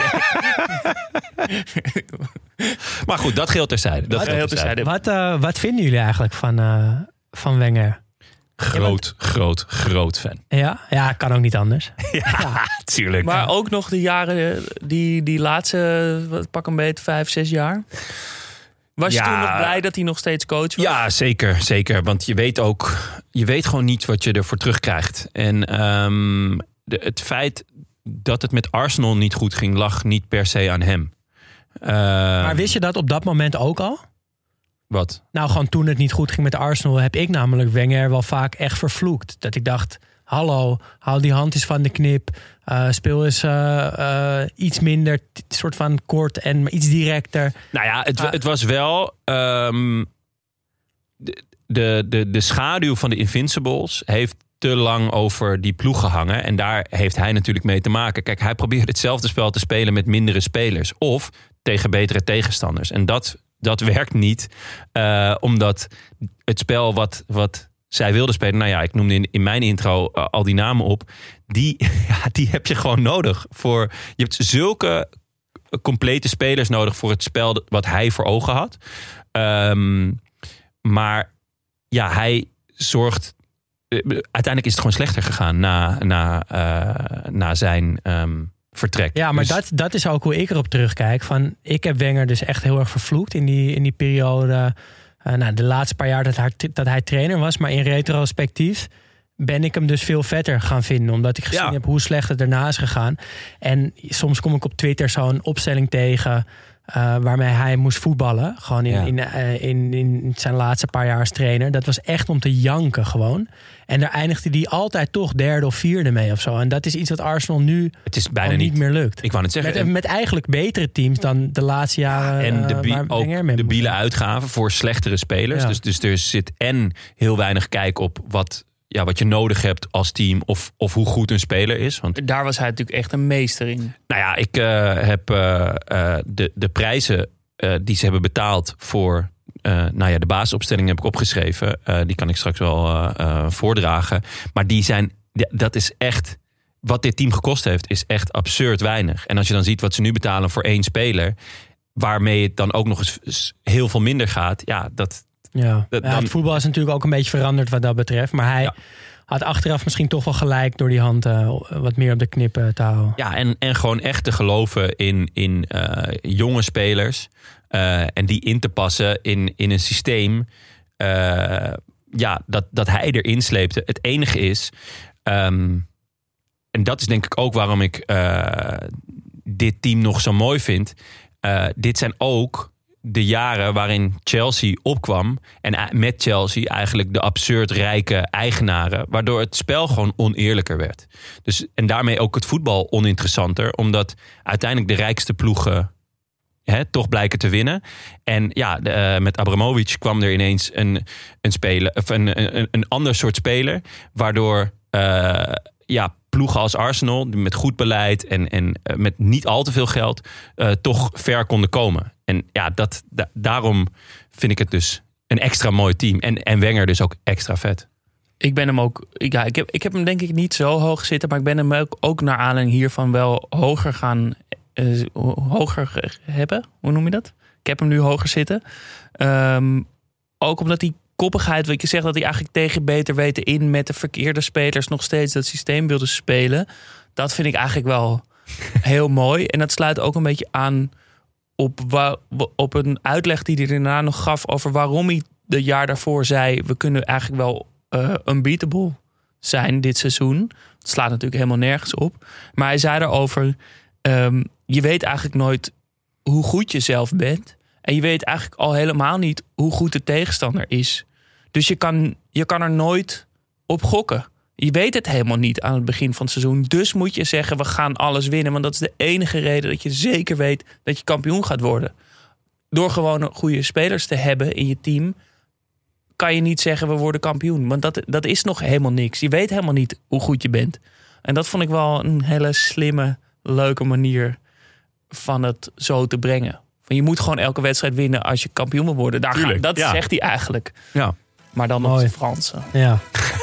Maar goed, dat geldt terzijde. Dat Wat geldt heel terzijde. terzijde. Wat, uh, wat vinden jullie eigenlijk van, uh, van Wenger? Groot, groot, groot fan. Ja, ja, kan ook niet anders. Ja, tuurlijk. Maar ook nog de jaren, die, die laatste, wat, pak een beetje, vijf, zes jaar. Was je Ja. toen nog blij dat hij nog steeds coach was? Ja, zeker, zeker. Want je weet ook, je weet gewoon niet wat je ervoor terugkrijgt. En um, de, het feit dat het met Arsenal niet goed ging, lag niet per se aan hem. Uh, Maar wist je dat op dat moment ook al? Wat? Nou, gewoon toen het niet goed ging met Arsenal... heb ik namelijk Wenger wel vaak echt vervloekt. Dat ik dacht, hallo, hou die hand eens van de knip. Uh, speel eens uh, uh, iets minder, t- soort van kort en iets directer. Nou ja, het, Uh, het was wel... Um, de, de, de, de schaduw van de Invincibles heeft te lang over die ploeg gehangen. En daar heeft hij natuurlijk mee te maken. Kijk, hij probeert hetzelfde spel te spelen met mindere spelers. Of tegen betere tegenstanders. En dat, dat werkt niet. Uh, omdat het spel wat, wat zij wilden spelen... Nou ja, ik noemde in, in mijn intro uh, al die namen op. Die, ja, die heb je gewoon nodig. Voor, je hebt zulke complete spelers nodig voor het spel wat hij voor ogen had. Um, maar ja, hij zorgt... Uiteindelijk is het gewoon slechter gegaan na, na, uh, na zijn um, vertrek. Ja, maar dus... dat, dat is ook hoe ik erop terugkijk. Van, ik heb Wenger dus echt heel erg vervloekt in die, in die periode. Uh, nou, de laatste paar jaar dat hij, dat hij trainer was. Maar in retrospectief ben ik hem dus veel vetter gaan vinden. Omdat ik gezien ja. heb hoe slecht het daarna is gegaan. En soms kom ik op Twitter zo'n opstelling tegen... Uh, waarmee hij moest voetballen. Gewoon in, ja. in, uh, in, in zijn laatste paar jaar als trainer. Dat was echt om te janken gewoon. En daar eindigde hij altijd toch derde of vierde mee of zo. En dat is iets wat Arsenal nu het is bijna niet, niet meer lukt. Ik wou het zeggen. Met, met eigenlijk betere teams dan de laatste jaren. En de, uh, ook de biele uitgaven voor slechtere spelers. Ja. Dus, dus er zit en heel weinig kijk op wat... Ja, wat je nodig hebt als team of, of hoe goed een speler is. Want daar was hij natuurlijk echt een meester in. Nou ja, ik uh, heb uh, uh, de, de prijzen uh, die ze hebben betaald voor... Uh, nou ja, de basisopstelling heb ik opgeschreven. Uh, die kan ik straks wel uh, uh, voordragen. Maar die zijn, dat is echt... Wat dit team gekost heeft, is echt absurd weinig. En als je dan ziet wat ze nu betalen voor één speler... waarmee het dan ook nog eens heel veel minder gaat... Ja, dat... Ja. Dat, ja, dan... het voetbal is natuurlijk ook een beetje veranderd wat dat betreft. Maar hij ja. had achteraf misschien toch wel gelijk door die hand uh, wat meer op de knip uh, te houden. Ja, en, en gewoon echt te geloven in, in uh, jonge spelers. Uh, en die in te passen in, in een systeem. Uh, ja, dat, dat hij erin sleepte. Het enige is... Um, en dat is denk ik ook waarom ik uh, dit team nog zo mooi vind. Uh, dit zijn ook... de jaren waarin Chelsea opkwam... en met Chelsea eigenlijk de absurd rijke eigenaren... waardoor het spel gewoon oneerlijker werd. Dus, en daarmee ook het voetbal oninteressanter... omdat uiteindelijk de rijkste ploegen hè, toch blijken te winnen. En ja, de, uh, met Abramovich kwam er ineens een, een, speler, of een, een, een ander soort speler... waardoor uh, ja, ploegen als Arsenal met goed beleid... en, en uh, met niet al te veel geld uh, toch ver konden komen... En ja, dat, da, daarom vind ik het dus een extra mooi team. En, en Wenger dus ook extra vet. Ik ben hem ook... Ja, ik heb, ik heb hem denk ik niet zo hoog zitten... maar ik ben hem ook, ook naar aanleiding hiervan wel hoger gaan... Uh, hoger hebben. Hoe noem je dat? Ik heb hem nu hoger zitten. Um, ook omdat die koppigheid... wat je zegt dat hij eigenlijk tegen beter weten in... met de verkeerde spelers nog steeds dat systeem wilde spelen. Dat vind ik eigenlijk wel heel mooi. En dat sluit ook een beetje aan... Op, wa- op een uitleg die hij daarna nog gaf... over waarom hij de jaar daarvoor zei... we kunnen eigenlijk wel uh, unbeatable zijn dit seizoen. Het slaat natuurlijk helemaal nergens op. Maar hij zei daarover... Um, je weet eigenlijk nooit hoe goed je zelf bent. En je weet eigenlijk al helemaal niet... hoe goed de tegenstander is. Dus je kan, je kan er nooit op gokken. Je weet het helemaal niet aan het begin van het seizoen. Dus moet je zeggen, we gaan alles winnen. Want dat is de enige reden dat je zeker weet dat je kampioen gaat worden. Door gewoon goede spelers te hebben in je team... kan je niet zeggen, we worden kampioen. Want dat, dat is nog helemaal niks. Je weet helemaal niet hoe goed je bent. En dat vond ik wel een hele slimme, leuke manier... van het zo te brengen. Van je moet gewoon elke wedstrijd winnen als je kampioen wil worden. Daar Tuurlijk, gaan, dat ja. zegt hij eigenlijk. Ja. Maar dan op Mooi. de Franse. Ja.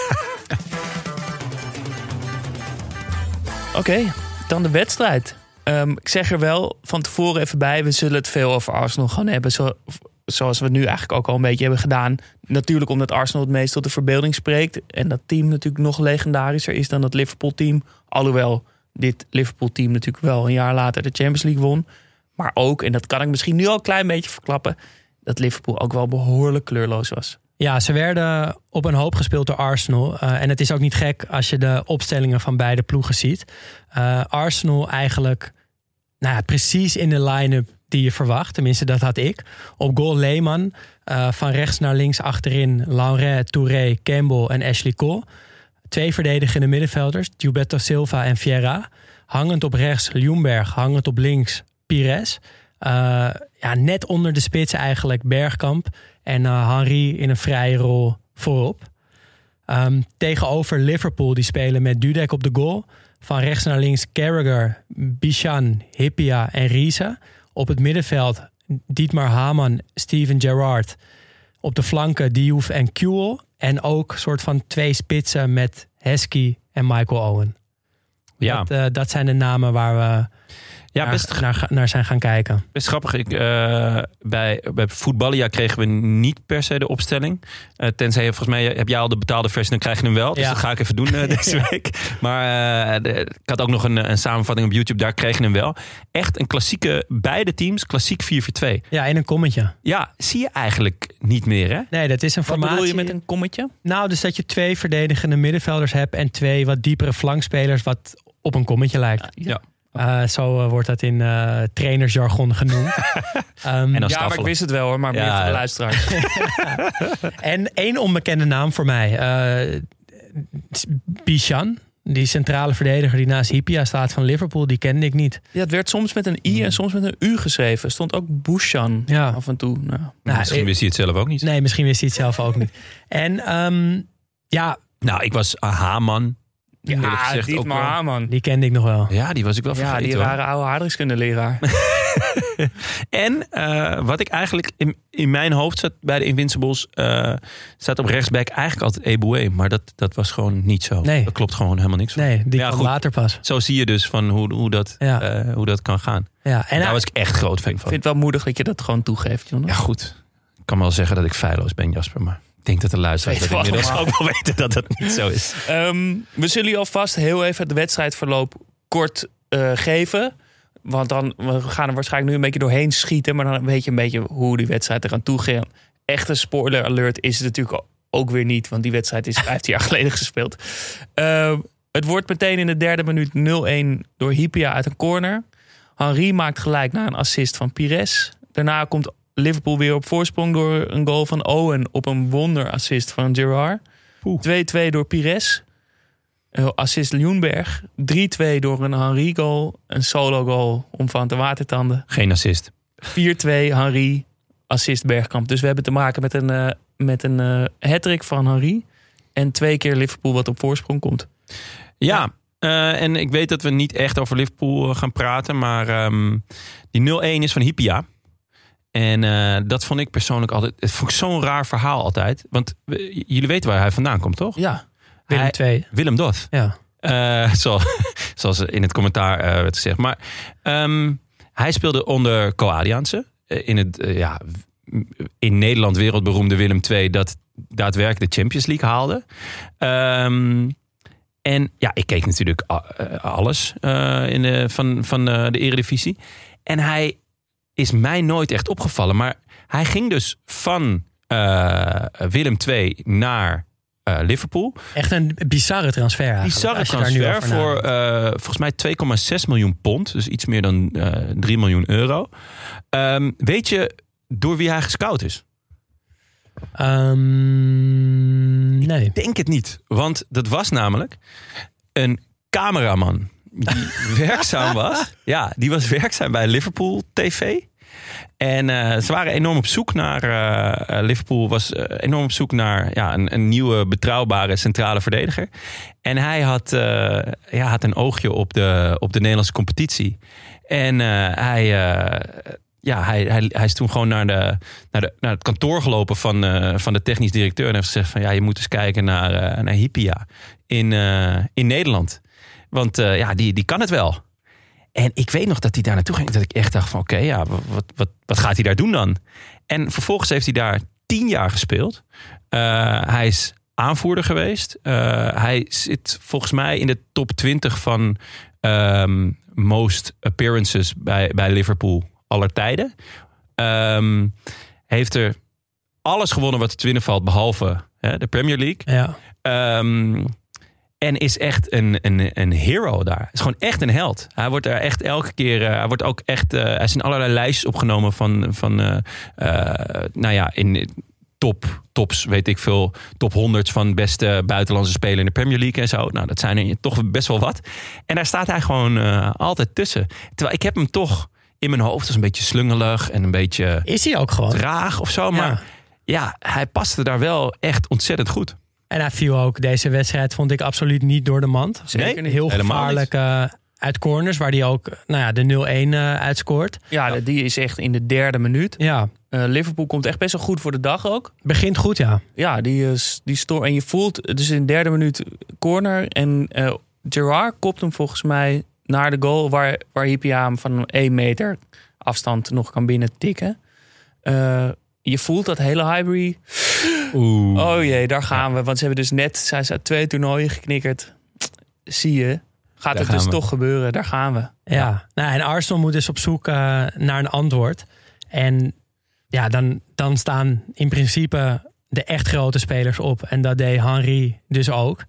Oké, okay, dan de wedstrijd. Um, ik zeg er wel van tevoren even bij... we zullen het veel over Arsenal gaan hebben... Zo, zoals we het nu eigenlijk ook al een beetje hebben gedaan. Natuurlijk omdat Arsenal het meest tot de verbeelding spreekt... en dat team natuurlijk nog legendarischer is dan dat Liverpool-team. Alhoewel dit Liverpool-team natuurlijk wel een jaar later de Champions League won. Maar ook, en dat kan ik misschien nu al een klein beetje verklappen... dat Liverpool ook wel behoorlijk kleurloos was. Ja, ze werden op een hoop gespeeld door Arsenal. Uh, en het is ook niet gek als je de opstellingen van beide ploegen ziet. Uh, Arsenal eigenlijk nou ja, precies in de line-up die je verwacht. Tenminste, dat had ik. Op goal Lehmann. Uh, van rechts naar links achterin. Lanret, Touré, Campbell en Ashley Cole. Twee verdedigende middenvelders. Gilberto Silva en Vieira. Hangend op rechts Ljungberg. Hangend op links Pires. Uh, ja, net onder de spits eigenlijk Bergkamp. En uh, Henry in een vrije rol voorop. Um, tegenover Liverpool, die spelen met Dudek op de goal. Van rechts naar links Carragher, Bichan, Hippia en Riese. Op het middenveld Dietmar Hamann, Steven Gerrard. Op de flanken Diouf en Kuhl. En ook soort van twee spitsen met Heskey en Michael Owen. Ja. Dat, uh, dat zijn de namen waar we ja, naar, best, naar, naar zijn gaan kijken. Best grappig. Ik, uh, bij, bij Voetballia kregen we niet per se de opstelling. Uh, tenzij, volgens mij, heb jij al de betaalde versie, dan krijg je hem wel. Dus ja. dat ga ik even doen uh, deze week. Maar uh, de, ik had ook nog een, een samenvatting op YouTube. Daar kreeg je hem wel. Echt een klassieke, beide teams, klassiek vier vier twee. Ja, in een kommetje. Ja, zie je eigenlijk niet meer, hè? Nee, dat is een Wat formatie. bedoel je met een kommetje? Nou, dus dat je twee verdedigende middenvelders hebt en twee wat diepere flankspelers wat op een kommetje lijkt. Ja. Uh, zo uh, wordt dat in uh, trainersjargon genoemd. um, En dan Ja, maar staffelen. ik wist het wel hoor, maar meer Ja, voor de ja. luisteraars. En één onbekende naam voor mij. Uh, Bichan, die centrale verdediger die naast Hippia staat van Liverpool, die kende ik niet. Ja, het werd soms met een I en soms met een U geschreven. Stond ook Bouchan Ja. af en toe. Nou. Nou, Misschien wist hij het zelf ook niet. Nee, misschien wist hij het zelf ook niet. En um, ja, Nou, ik was Haman. eerlijk Ja, gezegd ook Dietmar wel. Hamann. die kende ik nog wel. Ja, die was ik wel Ja, vergeten. die hoor. rare oude aardrijkskundeleraar. En uh, wat ik eigenlijk in, in mijn hoofd zat bij de Invincibles, uh, staat op rechtsback eigenlijk altijd Eboué. Maar dat, dat was gewoon niet zo. Nee. Dat klopt gewoon helemaal niks van. Nee, die Ja, kwam goed. later pas. Zo zie je dus van hoe, hoe, dat, Ja. uh, hoe dat kan gaan. Ja, en Daar hij- was ik echt groot fan Ik van. vind het wel moedig dat je dat gewoon toegeeft, Jonas. Ja, goed. Ik kan wel zeggen dat ik feilloos ben, Jasper. Maar ik denk dat de luisteraars Weet dat wel inmiddels allemaal. ook wel weten dat dat niet zo is. Um, we zullen je alvast heel even het wedstrijdverloop kort uh, geven. Want dan we gaan er waarschijnlijk nu een beetje doorheen schieten. Maar dan weet je een beetje hoe die wedstrijd eraan toe ging. Echte spoiler alert is het natuurlijk ook weer niet. Want die wedstrijd is vijftien jaar geleden gespeeld. Uh, het wordt meteen in de derde minuut nul-een door Hippia uit een corner. Henry maakt gelijk na een assist van Pires. Daarna komt Liverpool weer op voorsprong door een goal van Owen op een wonderassist van Gerrard. twee-twee door Pires. Uh, assist Ljungberg. drie-twee door een Henry goal. Een solo goal om van te watertanden. Geen assist. vier-twee Henry. Assist Bergkamp. Dus we hebben te maken met een, uh, met een uh, hat-trick van Henry. En twee keer Liverpool wat op voorsprong komt. Ja, uh, en ik weet dat we niet echt over Liverpool gaan praten. Maar um, die nul-een is van Hippia. En uh, dat vond ik persoonlijk altijd... Het vond ik zo'n raar verhaal altijd. Want uh, jullie weten waar hij vandaan komt, toch? Ja. Willem Hij- twee. Willem Doth. Ja. Uh, zo, zoals in het commentaar uh, werd gezegd. Maar um, hij speelde onder Koadiaanse. Uh, in het uh, ja, in Nederland wereldberoemde Willem twee... dat daadwerkelijk de Champions League haalde. Um, en ja, ik keek natuurlijk uh, alles uh, in de, van, van uh, de Eredivisie. En hij is mij nooit echt opgevallen. Maar hij ging dus van uh, Willem twee naar uh, Liverpool. Echt een bizarre transfer eigenlijk. Bizarre als je daar nu transfer over voor nadenkt. uh, volgens mij twee komma zes miljoen pond. Dus iets meer dan uh, drie miljoen euro. Um, weet je door wie hij gescout is? Um, nee. Ik denk het niet. Want dat was namelijk een cameraman die werkzaam was. Ja, die was werkzaam bij Liverpool T V. En uh, ze waren enorm op zoek naar... Uh, Liverpool was uh, enorm op zoek naar ja, een, een nieuwe, betrouwbare centrale verdediger. En hij had, uh, ja, had een oogje op de, op de Nederlandse competitie. En uh, hij... Uh, Ja, hij, hij, hij is toen gewoon naar, de, naar, de, naar het kantoor gelopen van, uh, van de technisch directeur. En heeft gezegd van ja, je moet eens kijken naar, uh, naar Hippia in, uh, in Nederland. Want uh, ja, die, die kan het wel. En ik weet nog dat hij daar naartoe ging. Dat ik echt dacht van oké, okay, ja, wat, wat, wat gaat hij daar doen dan? En vervolgens heeft hij daar tien jaar gespeeld. Uh, hij is aanvoerder geweest. Uh, hij zit volgens mij in de top twintig van um, most appearances bij, bij Liverpool aller tijden. Um, heeft er alles gewonnen wat er te winnen valt, behalve hè, de Premier League. Ja. Um, En is echt een, een, een hero daar. Is gewoon echt een held. Hij wordt er echt elke keer... Uh, hij wordt ook echt... Uh, hij is in allerlei lijstjes opgenomen van... van uh, uh, nou ja, in top, tops, weet ik veel... top honderd van beste buitenlandse spelers in de Premier League en zo. Nou, dat zijn er toch best wel wat. En daar staat hij gewoon uh, altijd tussen. Terwijl ik heb hem toch in mijn hoofd als een beetje slungelig... en een beetje... Is hij ook gewoon. Traag of zo. Maar ja, ja hij paste daar wel echt ontzettend goed. En hij viel ook deze wedstrijd, vond ik absoluut niet door de mand. Zeker niet. Heel gevaarlijk uh, uit corners, waar hij ook nou ja, de nul-een uh, uitscoort. Ja, ja, die is echt in de derde minuut. Ja. Uh, Liverpool komt echt best wel goed voor de dag ook. Begint goed, ja. Ja, die, die stoor. En je voelt, dus in de derde minuut corner. En uh, Gerrard kopt hem volgens mij naar de goal, waar, waar Hyypiä hem van één meter afstand nog kan binnen tikken. Uh, je voelt dat hele Highbury... Oeh. Oh jee, daar gaan we. Want ze hebben dus net zijn ze uit twee toernooien geknikkerd. Zie je, gaat daar het dus we. toch gebeuren. Daar gaan we. Ja, ja. Nou, en Arsenal moet dus op zoek uh, naar een antwoord. En ja, dan, dan staan in principe de echt grote spelers op. En dat deed Henry dus ook.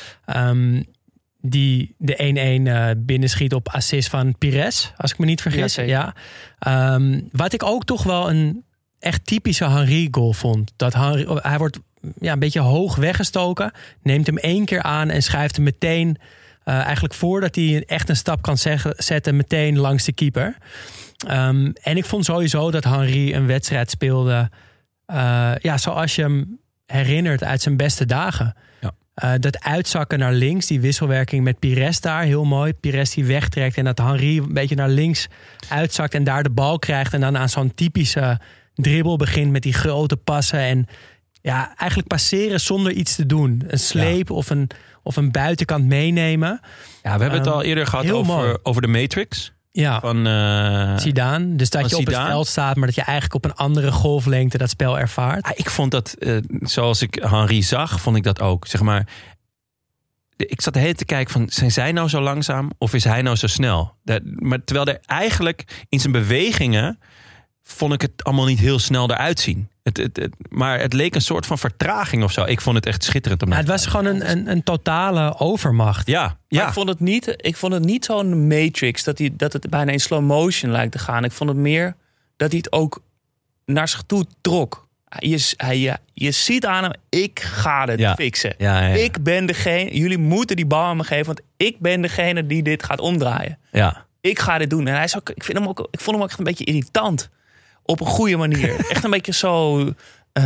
Um, die de één-één uh, binnenschiet op assist van Pires, als ik me niet vergis. Ja, ja. Um, wat ik ook toch wel een echt typische Henry-goal vond. Dat Henry, hij wordt ja, een beetje hoog weggestoken. Neemt hem één keer aan en schuift hem meteen... Uh, eigenlijk voordat hij echt een stap kan zeggen, zetten... meteen langs de keeper. Um, en ik vond sowieso dat Henry een wedstrijd speelde... Uh, ja, zoals je hem herinnert uit zijn beste dagen. Ja. Uh, dat uitzakken naar links, die wisselwerking met Pires daar, heel mooi. Pires die wegtrekt en dat Henry een beetje naar links uitzakt... en daar de bal krijgt en dan aan zo'n typische... dribbel begint met die grote passen en ja, eigenlijk passeren zonder iets te doen. Een sleep ja. of, een, of een buitenkant meenemen. Ja, we hebben het al eerder gehad over, over de Matrix. Ja. Van uh, Zidane. Dus dat je op het veld staat, maar dat je eigenlijk op een andere golflengte dat spel ervaart. Ja, ik vond dat, uh, zoals ik Henry zag, vond ik dat ook. Zeg maar, ik zat de hele tijd te kijken van, zijn zij nou zo langzaam of is hij nou zo snel? Dat, maar terwijl er eigenlijk in zijn bewegingen vond ik het allemaal niet heel snel eruit zien. Het, het, het, maar het leek een soort van vertraging of zo. Ik vond het echt schitterend. Om ja, het was gewoon een, een, een totale overmacht. Ja, ja. Ik vond het niet, ik vond het niet zo'n Matrix dat, hij, dat het bijna in slow motion lijkt te gaan. Ik vond het meer dat hij het ook naar zich toe trok. Je, hij, je, je ziet aan hem, ik ga het ja. fixen. Ja, ja, ja. Ik ben degene, jullie moeten die bal aan me geven, want ik ben degene die dit gaat omdraaien. Ja. Ik ga dit doen. En hij is ook, ik, vind hem ook, ik vond hem ook echt een beetje irritant. Op een goede manier. Echt een beetje zo uh,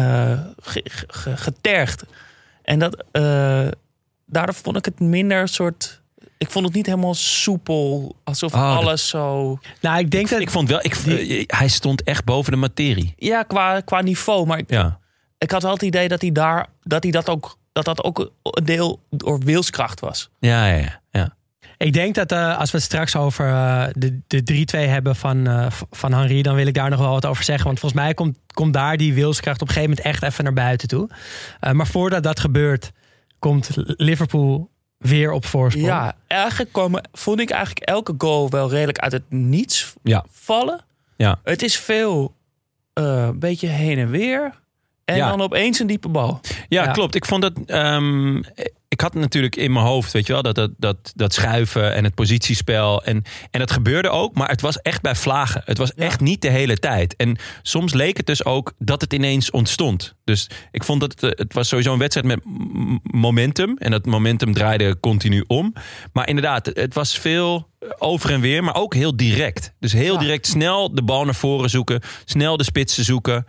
ge, ge, getergd. En dat, uh, daardoor vond ik het minder soort... Ik vond het niet helemaal soepel. Alsof oh, alles dat... zo... Nou, ik denk ik, dat... Ik vond wel... Ik, die... Hij stond echt boven de materie. Ja, qua, qua niveau. Maar ik, ja. ik had wel het idee dat hij daar... Dat hij dat ook... Dat dat ook een deel door wilskracht was. Ja, ja, ja. ja. Ik denk dat uh, als we het straks over uh, de, de drie-twee hebben van, uh, van Henry... dan wil ik daar nog wel wat over zeggen. Want volgens mij komt, komt daar die wilskracht op een gegeven moment echt even naar buiten toe. Uh, maar voordat dat gebeurt, komt Liverpool weer op voorsprong. Ja, eigenlijk komen, vond ik eigenlijk elke goal wel redelijk uit het niets ja. vallen. Ja. Het is veel een uh, beetje heen en weer. En ja. dan opeens een diepe bal. Ja, ja. klopt. Ik vond dat... Um, ik had natuurlijk in mijn hoofd, weet je wel, dat, dat, dat, dat schuiven en het positiespel. En, en dat gebeurde ook, maar het was echt bij vlagen. Het was ja. echt niet de hele tijd. En soms leek het dus ook dat het ineens ontstond. Dus ik vond dat het, het was sowieso een wedstrijd met momentum. En dat momentum draaide continu om. Maar inderdaad, het was veel over en weer, maar ook heel direct. Dus heel ja. direct snel de bal naar voren zoeken. Snel de spitsen zoeken.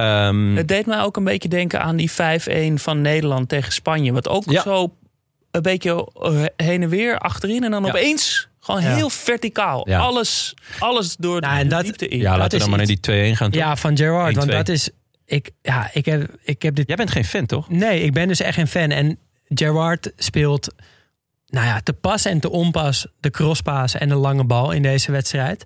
Um, het deed mij ook een beetje denken aan die vijf-één van Nederland tegen Spanje. Wat ook ja. zo een beetje heen en weer achterin. En dan ja. opeens gewoon ja. heel verticaal. Ja. Alles, alles door ja, de dat, diepte in. Ja, laten dat we dan maar naar die twee-één gaan. Toch? Ja, van Gerrard. Want dat is... Ik, ja, ik heb, ik heb dit... Jij bent geen fan, toch? Nee, ik ben dus echt geen fan. En Gerrard speelt... Nou ja, te pas en te onpas de crosspaas en de lange bal in deze wedstrijd.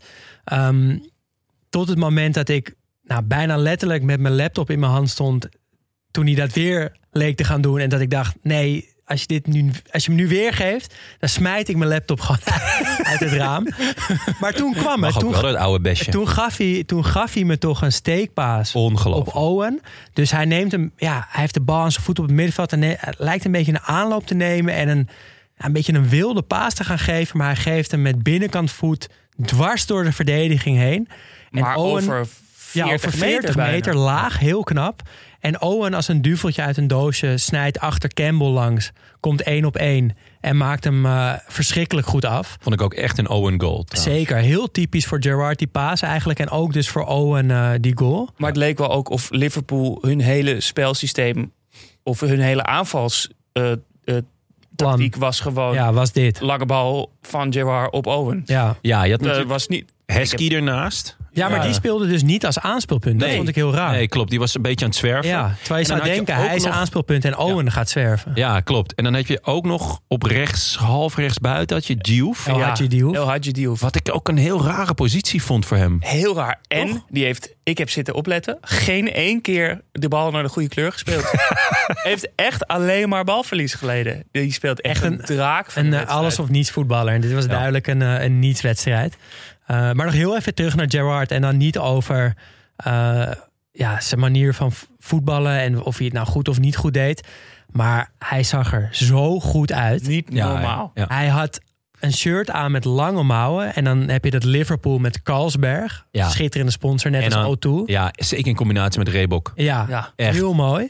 Um, tot het moment dat ik nou, bijna letterlijk met mijn laptop in mijn hand stond toen hij dat weer leek te gaan doen. En dat ik dacht, nee, als je, dit nu, als je hem nu weer geeft, dan smijt ik mijn laptop gewoon uit het raam. Maar toen kwam het. Toen, wel het oude besje. Toen gaf, hij, toen gaf hij me toch een steekpaas op Owen. Dus hij neemt hem, ja, hij heeft de bal aan zijn voet op het middenveld en ne- lijkt een beetje een aanloop te nemen en een een beetje een wilde paas te gaan geven. Maar hij geeft hem met binnenkant voet dwars door de verdediging heen. En Maar Owen, over veertig, ja, over veertig meter, meter bijna. laag, heel knap. En Owen als een duveltje uit een doosje snijdt achter Campbell langs. Komt één op één en maakt hem uh, verschrikkelijk goed af. Vond ik ook echt een Owen goal. trouwens. Zeker, heel typisch voor Gerrard die paas eigenlijk. En ook dus voor Owen uh, die goal. Maar het leek wel ook of Liverpool hun hele spelsysteem... of hun hele aanvals... Uh, uh, tactiek was gewoon Ja, was dit. lange bal van Gerrard op Owen. Ja. Ja, je had Dat natuurlijk was niet... Heskey ernaast. Ja, maar Ja. die speelde dus niet als aanspeelpunt. Dat Nee. vond ik heel raar. Nee, klopt. Die was een beetje aan het zwerven. Ja, terwijl je En dan zou had je denken, ook hij is nog- aanspeelpunt en Owen gaat zwerven. Ja, klopt. En dan heb je ook nog op rechts, half rechts buiten, had je Diouf. El Hadji Diouf. El Hadji Diouf. Wat ik ook een heel rare positie vond voor hem. Heel raar. En Toch? die heeft, ik heb zitten opletten, geen één keer de bal naar de goede kleur gespeeld. Heeft echt alleen maar balverlies geleden. Die speelt echt, Echt een, een- draak van Een de uh, wedstrijd. alles of niets voetballer. En dit was duidelijk een, uh, een niets-wedstrijd. Uh, maar nog heel even terug naar Gerrard. En dan niet over uh, ja, zijn manier van v- voetballen. En of hij het nou goed of niet goed deed. Maar hij zag er zo goed uit. Niet Ja, normaal. Ja. Hij had een shirt aan met lange mouwen. En dan heb je dat Liverpool met Carlsberg. Ja. Schitterende sponsor, net En als dan- O twee. Ja, zeker in combinatie met Reebok. Ja, Ja, echt. heel mooi.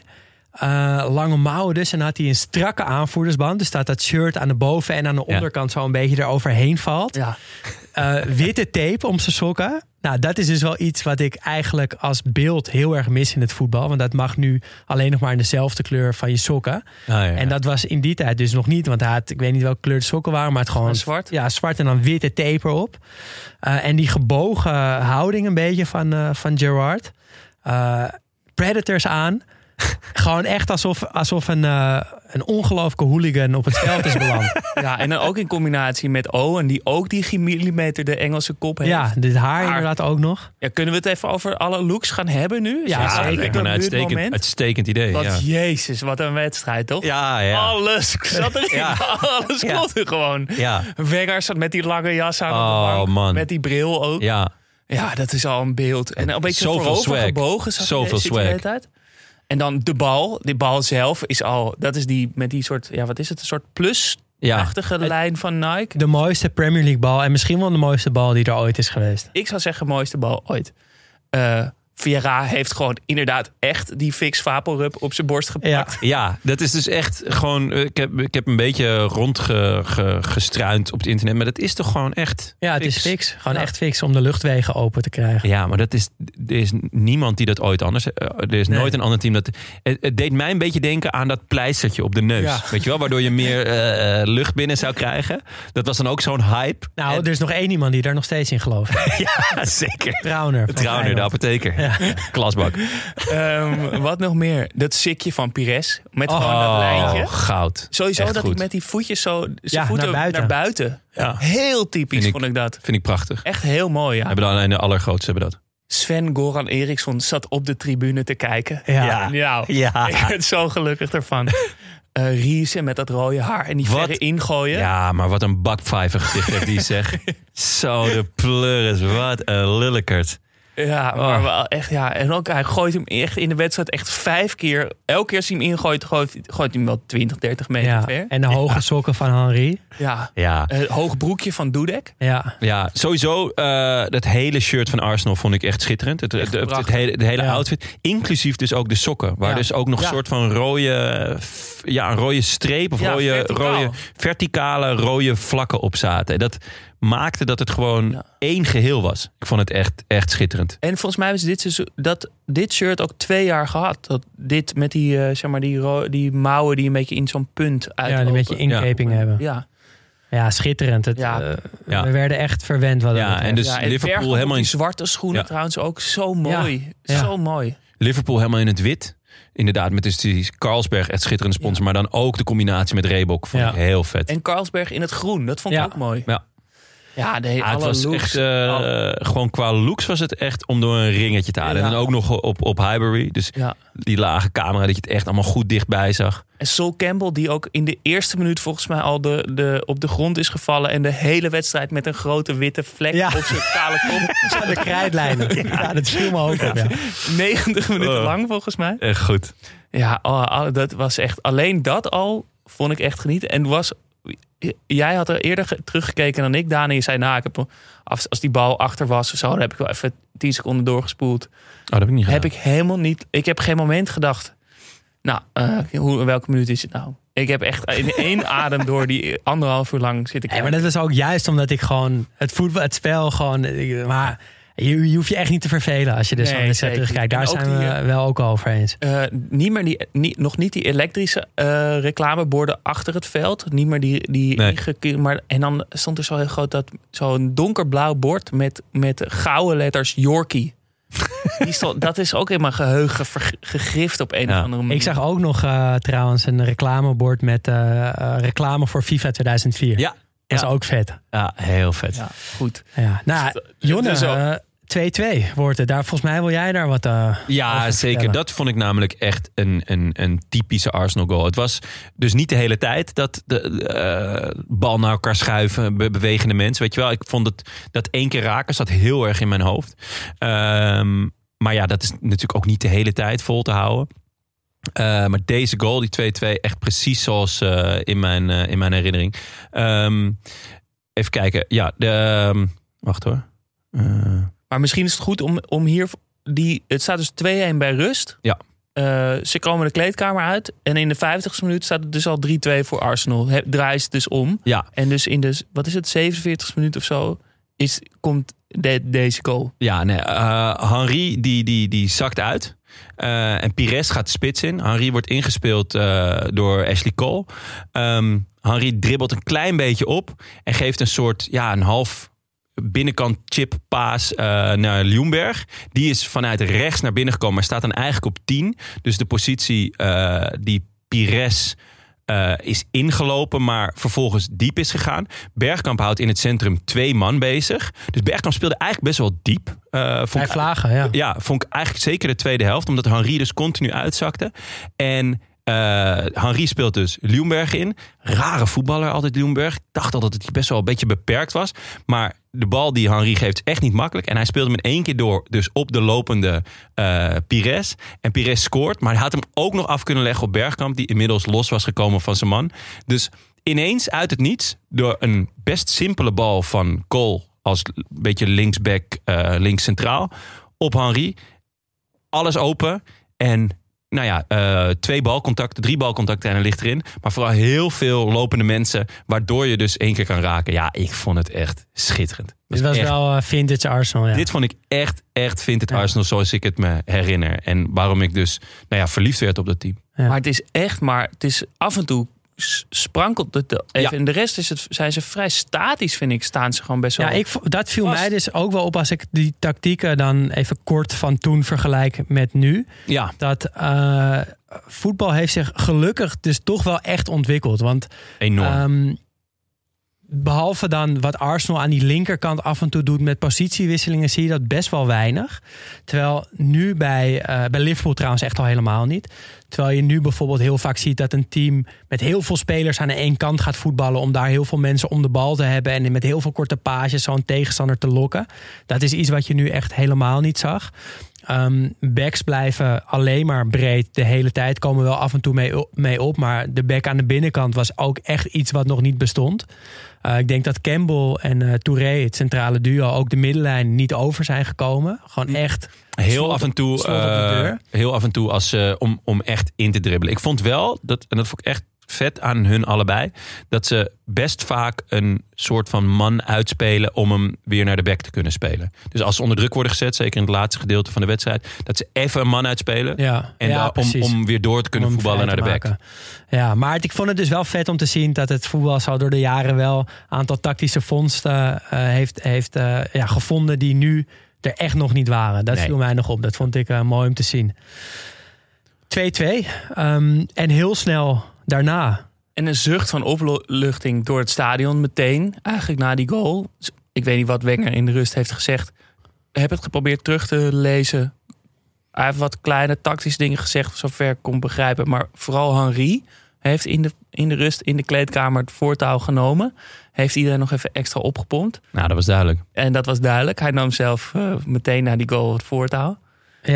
Uh, lange mouwen dus. En dan had hij een strakke aanvoerdersband. Dus dat dat shirt aan de boven- en aan de Ja. onderkant zo een beetje eroverheen valt. Ja. Uh, witte tape om zijn sokken. Nou, dat is dus wel iets wat ik eigenlijk als beeld heel erg mis in het voetbal. Want dat mag nu alleen nog maar in dezelfde kleur van je sokken. Ah, ja, ja. En dat was in die tijd dus nog niet. Want hij had, ik weet niet welke kleur de sokken waren, maar het gewoon Gewoon zwart? Ja, zwart en dan witte tape erop. Uh, en die gebogen houding een beetje van, uh, van Gerrard. Uh, Predators aan. Gewoon echt alsof, alsof een, uh, een ongelooflijke hooligan op het veld is beland. Ja, en dan ook in combinatie met Owen, die ook die gemillimeterde Engelse kop heeft. Ja, dit haar Maar- inderdaad ook nog. Ja, kunnen we het even over alle looks gaan hebben nu? Ja, Is zeker. dit lijkt me een een uitstekend, buurtmoment? uitstekend idee. Want Ja, jezus, wat een wedstrijd, toch? ja. ja. Alles zat erin. Ja. Alles Ja. klopte gewoon. ja. Wenger zat met die lange jas aan op Oh, de bank. man. Met die bril ook. ja. Ja, dat is al een beeld. En een beetje Zoveel voorover swag. gebogen. zat Zoveel hij- zit hij de hele swag. tijd. En dan de bal. Die bal zelf is al... Dat is die met die soort... Ja, wat is het? Een soort plus-achtige Ja. lijn van Nike. De mooiste Premier League bal. En misschien wel de mooiste bal die er ooit is geweest. Ik zou zeggen mooiste bal ooit. Eh Vieira heeft gewoon inderdaad echt die Fix Vaporub op zijn borst gepakt. Ja, dat is dus echt gewoon... Ik heb, ik heb een beetje rondgestruind op het internet. Maar dat is toch gewoon echt Ja, het fix. is fix. Gewoon Ja. echt fix om de luchtwegen open te krijgen. Ja, maar dat is, er is niemand die dat ooit anders... eh, Er is Nee. nooit een ander team dat... Het, het deed mij een beetje denken aan dat pleistertje op de neus. Ja. Weet je wel? Waardoor je meer eh, eh, lucht binnen zou krijgen. Dat was dan ook zo'n hype. Nou, En- er is nog één iemand die daar nog steeds in gelooft. ja, zeker. Trauner. van Trauner, de Feyenoord. apotheker. Ja. Klasbak. Ehm, wat nog meer? Dat sikje van Pires. Met Oh, gewoon dat lijntje. Oh, goud. Sowieso Echt dat goed. hij met die voetjes zo... Zijn Ja, voeten naar buiten. Naar buiten. Ja. Heel typisch Vind ik- vond ik dat. Vind ik prachtig. Echt heel mooi, ja. Hebben dan alleen de allergrootste hebben dat. Sven Goran Eriksson zat op de tribune te kijken. Ja. Nou, Ja. ik werd zo gelukkig ervan. Uh, Riese met dat rode haar en die Wat? verre ingooien. Ja, maar wat een bakvijver gezicht heeft die zeg. Zo de pleuris. Wat een lillekert. Ja, maar Oh. wel echt, ja. En ook, hij gooit hem echt in de wedstrijd echt vijf keer. Elke keer als hij hem ingooit, gooit, gooit hij hem wel twintig, dertig meter Ja. ver. En de hoge sokken van Henry. Ja. Ja. Uh, hoog broekje van Dudek. Ja. Ja, sowieso uh, dat hele shirt van Arsenal vond ik echt schitterend. Het, Echt het, het, prachtig. hele, de hele Ja. outfit. Inclusief dus ook de sokken. Waar Ja. dus ook nog Ja. een soort van rode, f- ja, een rode streep of Ja, rode, verticaal. rode, verticale rode vlakken op zaten. Dat maakte dat het gewoon Ja. één geheel was. Ik vond het echt, echt schitterend. En volgens mij hebben ze dit, seizoen, dat, dit shirt ook twee jaar gehad. Dat dit met die, uh, zeg maar die, ro- die mouwen die een beetje in zo'n punt Ja, uitlopen. die een beetje inkeping hebben. Ja. Ja, schitterend. Het, Ja. uh, Ja. We werden echt verwend. Wat dat Ja, betreft. en dus Ja, en Liverpool Bergkamp helemaal op in die zwarte schoenen Ja. trouwens ook zo mooi. Ja. Zo mooi. Liverpool helemaal in het wit. Inderdaad, met dus die Carlsberg, echt schitterende sponsor. Maar dan ook de combinatie met Reebok. Vond Ja. ik heel vet. En Carlsberg in het groen, dat vond ik Ja. ook mooi. Ja. Ja, de hele Ja, het alle was looks. echt, uh, Al- gewoon qua looks was het echt om door een ringetje te halen. Ja. En dan ook nog op, op Highbury. Dus ja. die lage camera, dat je het echt allemaal goed dichtbij zag. En Sol Campbell, die ook in de eerste minuut volgens mij al de, de, op de grond is gevallen. En de hele wedstrijd met een grote witte vlek Ja. op zijn kale kop. Aan de krijtlijnen. Ja, dat viel me ook op. Ja. negentig minuten Oh. lang volgens mij. Echt goed. Ja, oh, oh, dat was echt. Alleen dat al vond ik echt genieten. En was. jij had er eerder ge- teruggekeken dan ik, Dani. Je zei, nou, ik heb, als, als die bal achter was of zo, dan heb ik wel even tien seconden doorgespoeld. Oh, dat heb ik niet gedaan. Heb ik helemaal niet. Ik heb geen moment gedacht. Nou, uh, hoe, welke minuut is het nou? Ik heb echt in één adem door die anderhalf uur lang zitten kijken. Hey, maar dat was ook juist omdat ik gewoon het voetbal, het spel gewoon. Ik, maar je, je hoeft je echt niet te vervelen als je dus Nee, zo'n wedstrijd zeker. terugkijkt. Daar En zijn ook we die, wel ook over eens. Uh, niet meer die, niet, nog niet die elektrische uh, reclameborden achter het veld. Niet meer die, die Nee. ingeke- maar En dan stond er zo heel groot dat zo'n donkerblauw bord met, met gouden letters Yorkie. Die stond, dat is ook in mijn geheugen verg- gegrift op een Ja. of andere manier. Ik zag ook nog uh, trouwens een reclamebord met uh, uh, reclame voor FIFA tweeduizend vier. Ja. Dat Ja. is ook vet. Ja, heel vet. Ja, goed. Ja. Nou, Jonne, Dus ook- uh, twee-twee wordt het. Daar, volgens mij wil jij daar wat uh, Ja, over zeker. vertellen. Dat vond ik namelijk echt een, een, een typische Arsenal goal. Het was dus niet de hele tijd dat de uh, bal naar elkaar schuiven, be- bewegende mensen. Weet je wel, ik vond het dat één keer raken zat heel erg in mijn hoofd. Um, maar ja, dat is natuurlijk ook niet de hele tijd vol te houden. Uh, maar deze goal, die twee-twee, echt precies zoals uh, in, mijn, uh, in mijn herinnering. Um, even kijken. Ja, de, um, wacht hoor. Uh, Maar misschien is het goed om, om hier... Die, het staat dus twee-een bij rust. Ja. Uh, ze komen de kleedkamer uit. En in de vijftigste minuut staat het dus al drie-twee voor Arsenal. He, draai ze dus om. ja. En dus in de, wat is het, zevenenveertigste minuut of zo... Is, komt de, deze goal. Ja, nee. Uh, Henry die, die, die zakt uit. Uh, en Pires gaat de spits in. Henry wordt ingespeeld uh, door Ashley Cole. Um, Henry dribbelt een klein beetje op. En geeft een soort, ja, een half binnenkant chip paas uh, naar Ljungberg. Die is vanuit rechts naar binnen gekomen. Maar staat dan eigenlijk op tien. Dus de positie uh, die Pires... Uh, is ingelopen, maar vervolgens diep is gegaan. Bergkamp houdt in het centrum twee man bezig. Dus Bergkamp speelde eigenlijk best wel diep. Uh, vond Bij ik, Vlagen, ja. Ja, vond ik eigenlijk zeker de tweede helft. Omdat Henry dus continu uitzakte. En uh, Henry speelt dus Ljungberg in. Rare voetballer altijd Ljungberg. Ik dacht al dat het best wel een beetje beperkt was. Maar de bal die Henry geeft is echt niet makkelijk. En hij speelde hem in één keer door. Dus op de lopende uh, Pires. En Pires scoort. Maar hij had hem ook nog af kunnen leggen op Bergkamp. Die inmiddels los was gekomen van zijn man. Dus ineens uit het niets. Door een best simpele bal van Cole. Als een beetje linksback, uh, links centraal. Op Henry. Alles open. En nou ja, uh, twee balcontacten, drie balcontacten en hij ligt erin. Maar vooral heel veel lopende mensen. Waardoor je dus één keer kan raken. Ja, ik vond het echt schitterend. Dit was echt, wel uh, vintage Arsenal, ja. Dit vond ik echt, echt vintage Ja. Arsenal zoals ik het me herinner. En waarom ik dus nou ja, verliefd werd op dat team. Ja. Maar het is echt maar... Het is af en toe s- sprankelt het even. Ja. En de rest is het, zijn ze vrij statisch, vind ik. Staan ze gewoon best wel... Ja, ik, vo- dat viel vast. mij dus ook wel op als ik die tactieken dan even kort van toen vergelijk met nu. Ja, Dat uh, voetbal heeft zich gelukkig dus toch wel echt ontwikkeld. Want enorm. um, behalve dan wat Arsenal aan die linkerkant af en toe doet met positiewisselingen, zie je dat best wel weinig. Terwijl nu bij, uh, bij Liverpool trouwens echt al helemaal niet. Terwijl je nu bijvoorbeeld heel vaak ziet dat een team met heel veel spelers aan de één kant gaat voetballen om daar heel veel mensen om de bal te hebben en met heel veel korte paasjes zo'n tegenstander te lokken. Dat is iets wat je nu echt helemaal niet zag. Um, backs blijven alleen maar breed de hele tijd. Komen wel af en toe mee, mee op. Maar de back aan de binnenkant was ook echt iets wat nog niet bestond. Uh, ik denk dat Campbell en uh, Touré, het centrale duo, ook de middenlijn niet over zijn gekomen. Gewoon echt Heel slot af en op- toe, slot op de uh, deur. heel af en toe als, uh, om, om echt in te dribbelen. Ik vond wel, dat, en dat vond ik echt vet aan hun allebei, dat ze best vaak een soort van man uitspelen om hem weer naar de back te kunnen spelen. Dus als ze onder druk worden gezet, zeker in het laatste gedeelte van de wedstrijd, dat ze even een man uitspelen Ja, en ja, dan, om, precies. om weer door te kunnen Om hem voetballen naar vrij de te back. maken. Ja, maar het- ik vond het dus wel vet om te zien dat het voetbal zo door de jaren wel een aantal tactische vondsten uh, heeft, heeft uh, ja, gevonden die nu er echt nog niet waren. Dat Nee. viel mij nog op. Dat vond ik uh, mooi om te zien. twee-twee. Um, en heel snel daarna. En een zucht van opluchting door het stadion meteen. Eigenlijk na die goal. Ik weet niet wat Wenger in de rust heeft gezegd. Ik heb het geprobeerd terug te lezen. Hij heeft wat kleine tactische dingen gezegd, zover ik kon begrijpen. Maar vooral Henry heeft in de, in de rust in de kleedkamer het voortouw genomen. Heeft iedereen nog even extra opgepompt. Nou, dat was duidelijk. En dat was duidelijk. Hij nam zelf uh, meteen na die goal het voortouw. Ja,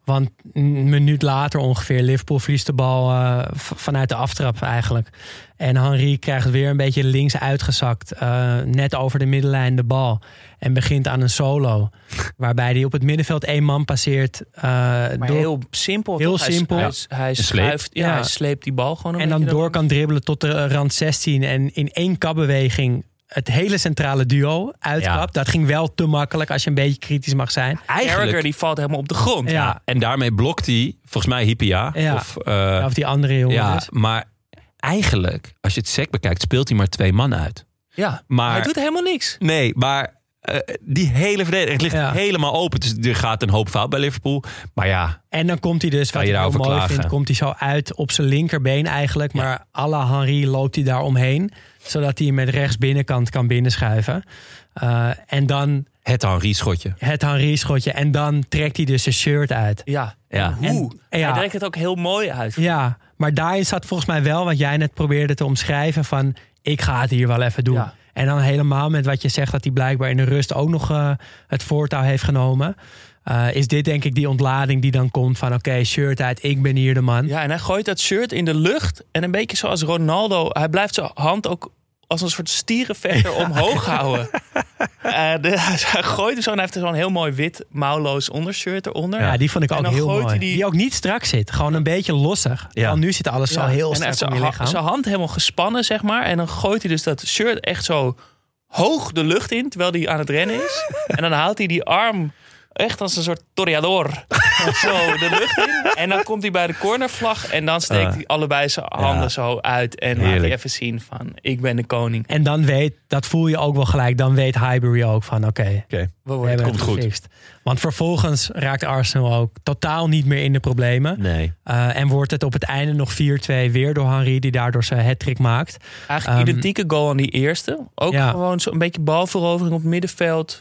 Want een minuut later ongeveer, Liverpool verliest de bal uh, v- vanuit de aftrap eigenlijk. En Henry krijgt weer een beetje links uitgezakt. Uh, net over de middenlijn de bal. En begint aan een solo. Waarbij hij op het middenveld één man passeert. Uh, Maar door, heel simpel. Heel toch? Hij- simpel. Hij, hij, hij schuift, ja, Ja. hij sleept die bal gewoon een en dan beetje door erop. kan dribbelen tot de rand zestien. En in één kapbeweging het hele centrale duo uitkapt. Dat ging wel te makkelijk als je een beetje kritisch mag zijn. Carragher Eigenlijk, die valt helemaal op de grond. Ja. en daarmee blokt hij, volgens mij Hypia. Ja. Of, uh, Of die andere jongen ja, dus. maar eigenlijk, als je het sec bekijkt, speelt hij maar twee man uit. Ja, Maar- hij doet helemaal niks. Nee, maar uh, die hele verdediging ligt Ja. helemaal open. Dus er gaat een hoop fout bij Liverpool. Maar ja, En dan komt hij dus, Kan wat je ik heel daarover mooi klagen? vind, komt hij zo uit op zijn linkerbeen eigenlijk. Maar à la Henry loopt hij daar omheen. Zodat hij met rechts binnenkant kan binnenschuiven. Uh, en dan het Henry-schotje. het Henry-schotje. En dan trekt hij dus zijn shirt uit. Ja, Ja. En hoe? En- ja. Hij trekt het ook heel mooi uit. Ja, maar daarin zat volgens mij wel wat jij net probeerde te omschrijven van ik ga het hier wel even doen. Ja. En dan helemaal met wat je zegt dat hij blijkbaar in de rust ook nog uh, het voortouw heeft genomen. Uh, is dit denk ik die ontlading die dan komt van oké, okay, shirt uit, ik ben hier de man. Ja, en hij gooit dat shirt in de lucht. En een beetje zoals Ronaldo. Hij blijft zijn hand ook als een soort stierenvechter omhoog houden. Uh, de, hij gooit hem zo en hij heeft er zo'n heel mooi wit mouwloos ondershirt eronder. Ja, die vond ik En ook dan heel gooit mooi. hij Die... die- ook niet strak zit. Gewoon een beetje lossig. Ja. Want nu zit alles zo Ja. heel en hij strak heeft om je zijn, lichaam. ha- zijn hand helemaal gespannen, zeg maar. En dan gooit hij dus dat shirt echt zo hoog de lucht in, terwijl hij aan het rennen is. En dan haalt hij die arm echt als een soort toreador zo de lucht in. En dan komt hij bij de cornervlag en dan steekt Ah. hij allebei zijn handen Ja. zo uit. En laat Heerlijk. hij even zien van, ik ben de koning. En dan weet, dat voel je ook wel gelijk, dan weet Highbury ook van oké, okay, Oké. We we worden hebben komt het goed. gefixt. Want vervolgens raakt Arsenal ook totaal niet meer in de problemen. Nee. Uh, en wordt het op het einde nog vier twee weer door Henry, die daardoor zijn hat-trick maakt. Eigenlijk Um, identieke goal aan die eerste. Ook ja. gewoon zo'n beetje balverovering op het middenveld.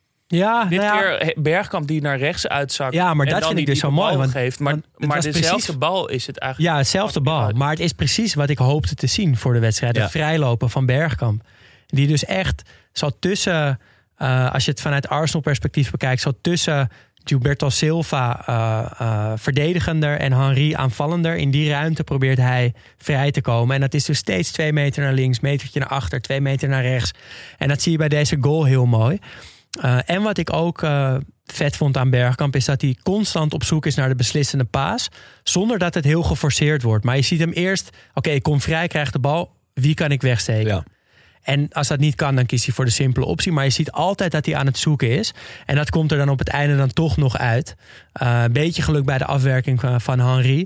Ja, Dit nou ja, keer He- Bergkamp die naar rechts uitzakt. Ja, maar en dat dan vind ik die dus zo diepe mooi, bal want- geeft. Maar, want het maar was dezelfde precies- bal is het eigenlijk. ja, hetzelfde bal. uit. Maar het is precies wat ik hoopte te zien voor de wedstrijd. Ja. Het vrijlopen van Bergkamp. Die dus echt zo tussen, uh, als je het vanuit Arsenal perspectief bekijkt, zo tussen Gilberto Silva uh, uh, verdedigender en Henry aanvallender. In die ruimte probeert hij vrij te komen. En dat is dus steeds twee meter naar links, metertje naar achter, twee meter naar rechts. En dat zie je bij deze goal heel mooi. Uh, en wat ik ook uh, vet vond aan Bergkamp is dat hij constant op zoek is naar de beslissende paas. Zonder dat het heel geforceerd wordt. Maar je ziet hem eerst, oké, okay, ik kom vrij, krijg de bal. Wie kan ik wegsteken? Ja. En als dat niet kan, dan kiest hij voor de simpele optie. Maar je ziet altijd dat hij aan het zoeken is. En dat komt er dan op het einde dan toch nog uit. Uh, een beetje geluk bij de afwerking van, van Henry.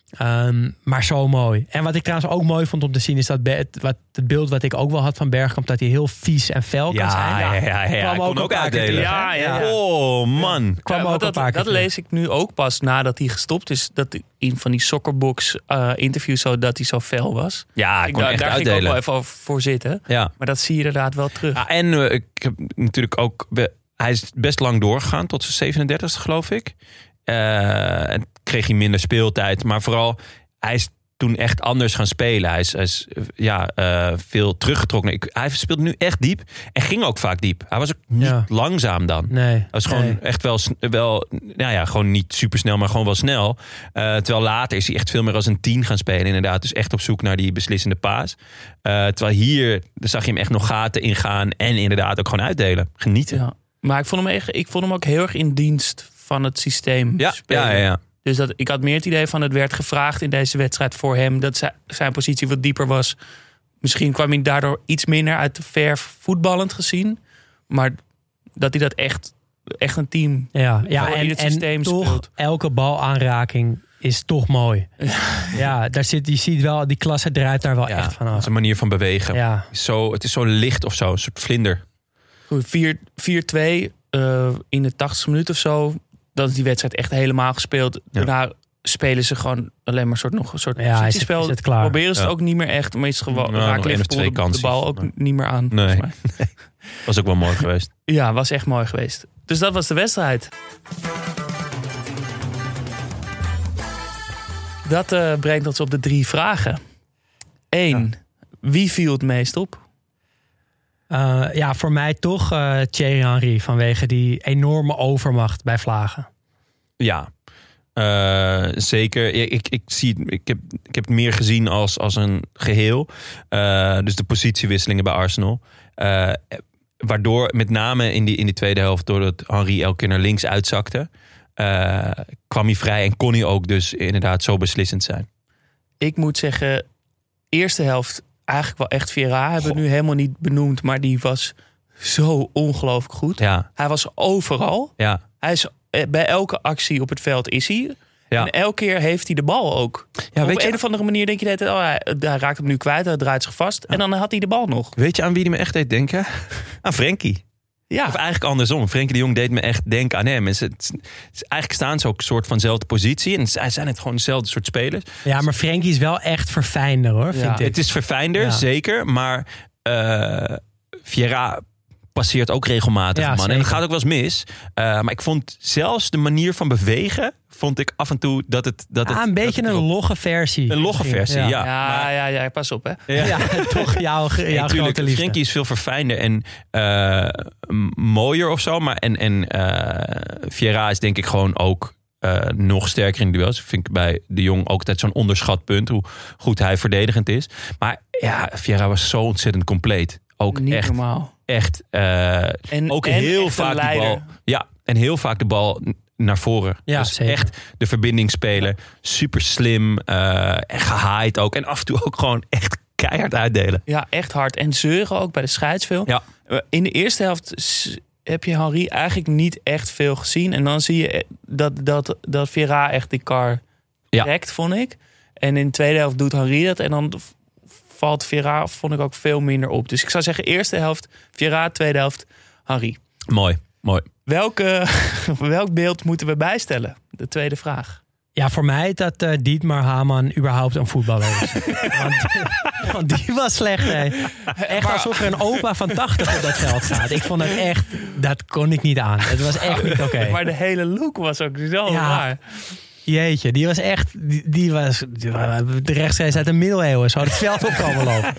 Um, maar zo mooi. En wat ik trouwens ook mooi vond om te zien is dat Be- het, wat, het beeld wat ik ook wel had van Bergkamp, dat hij heel vies en fel kan Ja, zijn. ja, ja, ja. Kwam Hij kon een ook paar keer uitdelen. terug, hè? Ja, ja, ja. Oh, man. Kwam Ja, ook want een dat paar keer dat terug. lees ik nu ook pas nadat hij gestopt is. Dat in van die soccerbox uh, interviews zo dat hij zo fel was. Ja, hij Ik, kon daar echt daar ging ik ook uitdelen. wel even over voor zitten. Ja. Maar dat zie je inderdaad wel terug. Ja, en uh, ik heb natuurlijk ook... we- hij is best lang doorgegaan, tot zijn zevenendertigste geloof ik. Uh, en kreeg hij minder speeltijd. Maar vooral, hij is toen echt anders gaan spelen. Hij is, hij is uh, ja, uh, veel teruggetrokken. Ik, hij speelde nu echt diep. En ging ook vaak diep. Hij was ook niet Ja. langzaam dan. Nee. Hij was gewoon nee. echt wel, sn- wel... Nou ja, gewoon niet supersnel, maar gewoon wel snel. Uh, terwijl later is hij echt veel meer als een tien gaan spelen. Inderdaad, dus echt op zoek naar die beslissende paas. Uh, terwijl hier zag je hem echt nog gaten ingaan. En inderdaad ook gewoon uitdelen. Genieten. Ja. Maar ik vond, hem echt, ik vond hem ook heel erg in dienst van het systeem Ja, spelen. ja, ja, ja. Dus dat, ik had meer het idee van het werd gevraagd in deze wedstrijd voor hem. Dat zijn, zijn positie wat dieper was. Misschien kwam hij daardoor iets minder uit de verf voetballend gezien. Maar dat hij dat echt, echt een team Ja, voor ja in en, het en systeem toch speelt. elke balaanraking is toch mooi. Ja, daar zit, je ziet wel, die klasse draait daar wel Ja, echt van af. zijn manier van bewegen. Ja. Is zo, het is zo licht of zo. Een soort vlinder. Goed, vier twee uh, in de tachtigste minuut of zo. Dan is die wedstrijd echt helemaal gespeeld. Ja. Daarna spelen ze gewoon alleen maar soort, nog een soort Ja, is het- positiespel. is het klaar? Proberen ze het Ja. ook niet meer echt. Maar is het gewoon, Nou, nog raakt één of Liverpool twee de, de kansjes, bal ook maar- niet meer aan. Nee. volgens mij. Was ook wel mooi geweest. Ja, was echt mooi geweest. Dus dat was de wedstrijd. Dat uh, brengt ons op de drie vragen. Eén, wie viel het meest op? Uh, ja, voor mij toch uh, Thierry Henry vanwege die enorme overmacht bij Vlagen. Ja. Uh, zeker. Ik, ik, ik, zie, ik, heb, ik heb het meer gezien als, als een geheel. Uh, dus de positiewisselingen bij Arsenal. Uh, waardoor met name in die, in die tweede helft... doordat Henry elke keer naar links uitzakte... Uh, kwam hij vrij en kon hij ook dus inderdaad zo beslissend zijn. Ik moet zeggen, eerste helft eigenlijk wel echt Vieira. Hebben we nu helemaal niet benoemd, maar die was zo ongelooflijk goed. Ja. Hij was overal. Ja. Hij is bij elke actie op het veld is hij. Ja. En elke keer heeft hij de bal ook. Ja, op weet een je, of andere manier denk je dat oh, hij, hij raakt hem nu kwijt, hij draait zich vast. Ja. En dan had hij de bal nog. Weet je aan wie die me echt deed denken? Aan Frenkie. Ja. Of eigenlijk andersom. Frenkie de Jong deed me echt denken aan hem. Het, het, het, eigenlijk staan ze ook een soort van dezelfde positie. En zij zijn het gewoon dezelfde soort spelers. Ja, maar Frenkie is wel echt verfijnder hoor, Ja. vind ik. Het is verfijnder, ja. zeker. Maar uh, Vieira passeert ook regelmatig, Ja, man. En zeker. het gaat ook wel eens mis. Uh, maar ik vond zelfs de manier van bewegen... vond ik af en toe dat het... Dat het Ah, een beetje dat het een erop- logge versie. Een logge versie, ja. Ja, Maar- ja, ja, pas op hè. Ja. Ja, toch jouw, jouw Nee, tuurlijk, grote liefde. Frenkie is veel verfijnder en uh, m- mooier of zo. Maar en, en uh, Vieira is denk ik gewoon ook uh, nog sterker in de duels. Ik vind bij de Jong ook altijd zo'n onderschat punt. Hoe goed hij verdedigend is. Maar ja, Vieira was zo ontzettend compleet. Ook Niet echt, normaal. echt uh, En, ook en heel echt een vaak de leider. bal. Ja, en heel vaak de bal n- naar voren. Ja, dus zeker. echt de verbinding spelen. Super slim. Uh, en gehaaid ook. En af en toe ook gewoon echt keihard uitdelen. Ja, echt hard. En zeuren ook bij de scheidsveel. Ja. In de eerste helft s- heb je Henry eigenlijk niet echt veel gezien. En dan zie je dat, dat, dat Vieira echt die kar Ja. trekt, vond ik. En in de tweede helft doet Henry dat. En dan v- valt Vieira, vond ik ook veel minder op. Dus ik zou zeggen, eerste helft Vieira, tweede helft Henry. Mooi, mooi. Welke, welk beeld moeten we bijstellen? De tweede vraag. Ja, voor mij dat uh, Dietmar Hamann überhaupt een voetballer is. want, want die was slecht, hè. Echt alsof er een opa van tachtig op dat veld staat. Ik vond het echt, dat kon ik niet aan. Het was echt niet oké. Maar de hele look was ook zo Ja. waar. Jeetje, die was echt, die, die was die, de rechtstreeks uit de middeleeuwen. Zou het veld op komen lopen.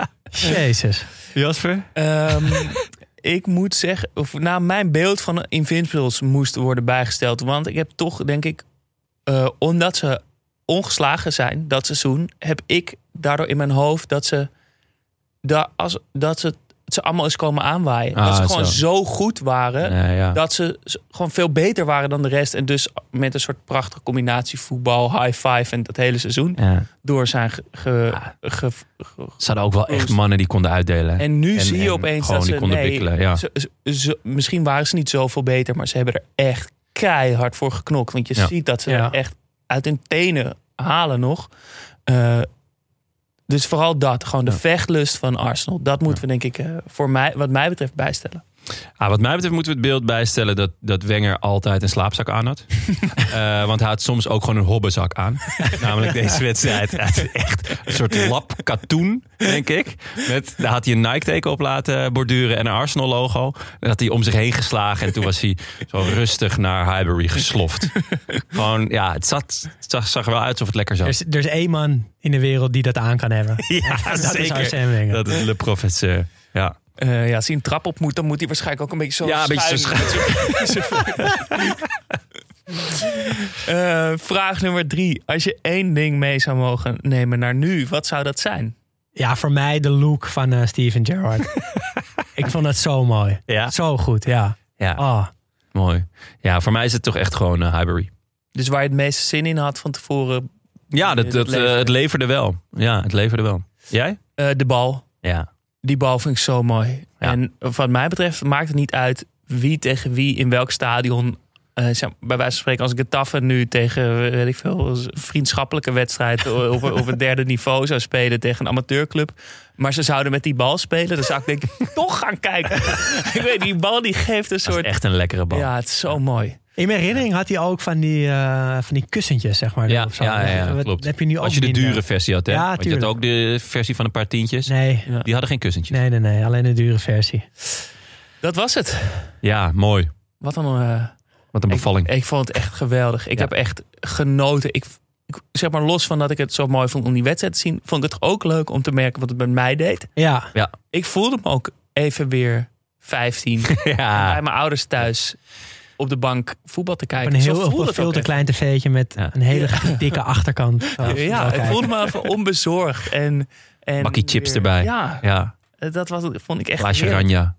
Jezus. Jasper? Um, ik moet zeggen, of, nou, mijn beeld van Invincibles moest worden bijgesteld. Want ik heb toch, denk ik, uh, omdat ze ongeslagen zijn dat seizoen, heb ik daardoor in mijn hoofd dat ze, da, als, dat ze, ze allemaal eens komen aanwaaien. Ah, dat ze gewoon zo. zo goed waren. Ja, ja. Dat ze gewoon veel beter waren dan de rest. En dus met een soort prachtige combinatie voetbal, high five en dat hele seizoen Ja. door zijn ge, ge, ge, ge- Ze hadden ook wel echt mannen die konden uitdelen. En nu En- zie je en opeens gewoon dat die ze... konden nee, wikkelen, ja. ze, ze- ze- misschien waren ze niet zoveel beter, maar ze hebben er echt keihard voor geknokt. Want je Ja. ziet dat ze Ja. er echt uit hun tenen halen nog. Uh, dus vooral dat, gewoon de Ja. vechtlust van Arsenal. Dat moeten we denk ik uh, voor mij, wat mij betreft bijstellen. Ah, wat mij betreft moeten we het beeld bijstellen dat, dat Wenger altijd een slaapzak aan had. uh, want hij had soms ook gewoon een hobbenzak aan. Namelijk deze wedstrijd. Het is echt een soort lap katoen, denk ik. Met, daar had hij een Nike-teken op laten borduren en een Arsenal-logo. Dat had hij om zich heen geslagen. En toen was hij zo rustig naar Highbury gesloft. Gewoon, ja, het, zat, het zag, zag er wel uit alsof het lekker zat. Er is, er is één man in de wereld die dat aan kan hebben. Ja, dat is zeker. Arsène Wenger. Dat is Le Professeur, ja. Uh, ja, als hij een trap op moet, dan moet hij waarschijnlijk ook een beetje zo Ja, een beetje zo uh, vraag nummer drie. Als je één ding mee zou mogen nemen naar nu, wat zou dat zijn? Ja, voor mij de look van uh, Steven Gerrard. Ik vond het zo mooi. Ja? Zo goed, ja. Ja, Oh. mooi. Ja, voor mij is het toch echt gewoon uh, Highbury. Dus waar je het meeste zin in had van tevoren? Ja, dat, dat, uh, het leverde wel. Ja, het leverde wel. Jij? Uh, de bal. Ja. Die bal vind ik zo mooi. Ja. En wat mij betreft maakt het niet uit wie tegen wie in welk stadion. Uh, zeg, bij wijze van spreken, als ik het taffen nu tegen, weet ik veel, een vriendschappelijke wedstrijd op, op het derde niveau zou spelen tegen een amateurclub. Maar ze zouden met die bal spelen, dan zou ik denk ik toch gaan kijken. Ik weet, die bal die geeft een Dat soort. is echt een lekkere bal. Ja, het is zo mooi. In mijn herinnering had hij ook van die, uh, van die kussentjes, zeg maar. Ja, of zo. ja, ja, ja, Wat klopt. Heb je nu ook Als je de minder? dure versie had, hè? Ja, Want je had tuurlijk. ook de versie van een paar tientjes. Nee, Ja. Die hadden geen kussentjes. nee, nee, nee. Alleen de dure versie. Dat was het. Ja, mooi. Wat een. Uh, Wat een bevalling. Ik, ik vond het echt geweldig. Ik Ja. heb echt genoten. Ik, ik, zeg maar los van dat ik het zo mooi vond om die wedstrijd te zien, vond ik het ook leuk om te merken wat het met mij deed. Ja, Ik voelde me ook even weer vijftien. Ja. Bij mijn ouders thuis. op de bank voetbal te kijken. Een Zo heel voelde op een het veel ook te echt. klein tv'tje met Ja. een hele dikke achterkant. zelfs. Ja, Wel het kijken. voelde me even onbezorgd. En, en Bakkie chips weer- erbij. Ja, Ja, dat was, vond ik echt glaasje heerlijk. ranja.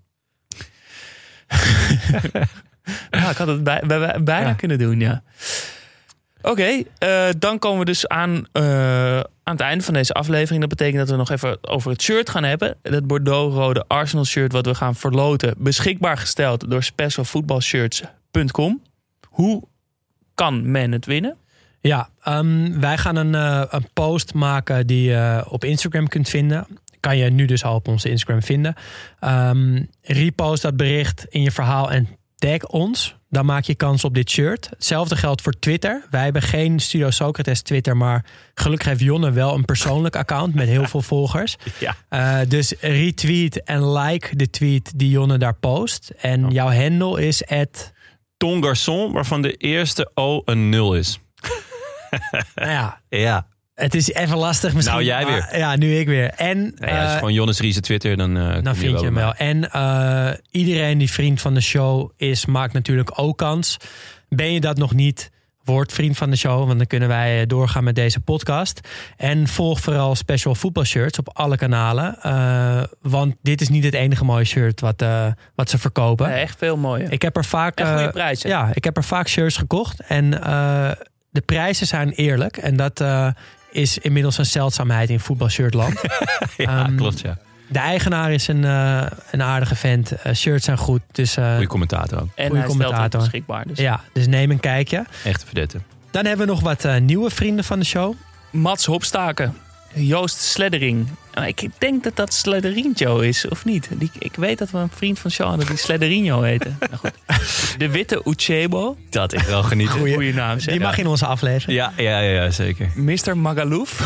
Ja, ik had het bij, bij- bij- bijna Ja. kunnen doen, ja. Oké, eh, dan komen we dus aan, eh, aan het einde van deze aflevering. Dat betekent dat we nog even over het shirt gaan hebben. Het Bordeaux-rode Arsenal shirt wat we gaan verloten. Beschikbaar gesteld door special football shirts punt com. Hoe kan men het winnen? Ja, um, wij gaan een, uh, een post maken die je op Instagram kunt vinden. Kan je nu dus al op onze Instagram vinden. Um, repost dat bericht in je verhaal en tag ons. Dan maak je kans op dit shirt. Hetzelfde geldt voor Twitter. Wij hebben geen Studio Socrates Twitter, maar gelukkig heeft Jonne wel een persoonlijk account met heel veel volgers. Ja. Uh, dus retweet en like de tweet die Jonne daar post. En Oh. jouw handle is at... Ton Garçon, waarvan de eerste O een nul is. Nou ja, Ja. het is even lastig misschien. Nou, jij weer. maar- ja, nu ik weer. En Ja, ja, als je uh, gewoon Jonas Riese Twitter, dan, uh, dan vind je hem wel. En uh, iedereen die vriend van de show is, maakt natuurlijk ook kans. Ben je dat nog niet, word vriend van de show. Want dan kunnen wij doorgaan met deze podcast. En volg vooral Special Football Shirts op alle kanalen. Uh, want dit is niet het enige mooie shirt wat, uh, wat ze verkopen. Ja, echt veel mooier. Ik heb er vaak... En goede uh, prijzen. Ja, ik heb er vaak shirts gekocht. En uh, de prijzen zijn eerlijk. En dat uh, is inmiddels een zeldzaamheid in voetbalshirtland. Ja, Um, klopt, ja. De eigenaar is een, uh, een aardige vent. Uh, shirts zijn goed. Dus, uh, Goeie commentator ook. En goede hij stelt het commentator. beschikbaar. Dus. ja, dus neem een kijkje. Echte verdette. Dan hebben we nog wat uh, nieuwe vrienden van de show. Mats Hopstaken. Joost Sleddering. Nou, ik denk dat dat Slederino is, of niet? Die, ik weet dat we een vriend van Sean dat die Slederino heette. Nou goed. De Witte Uchebo. Dat is wel genieten. Goeie. Goeie naam, zeg. Die mag in onze aflevering. Ja, ja, ja, ja, zeker. mister Magalouf.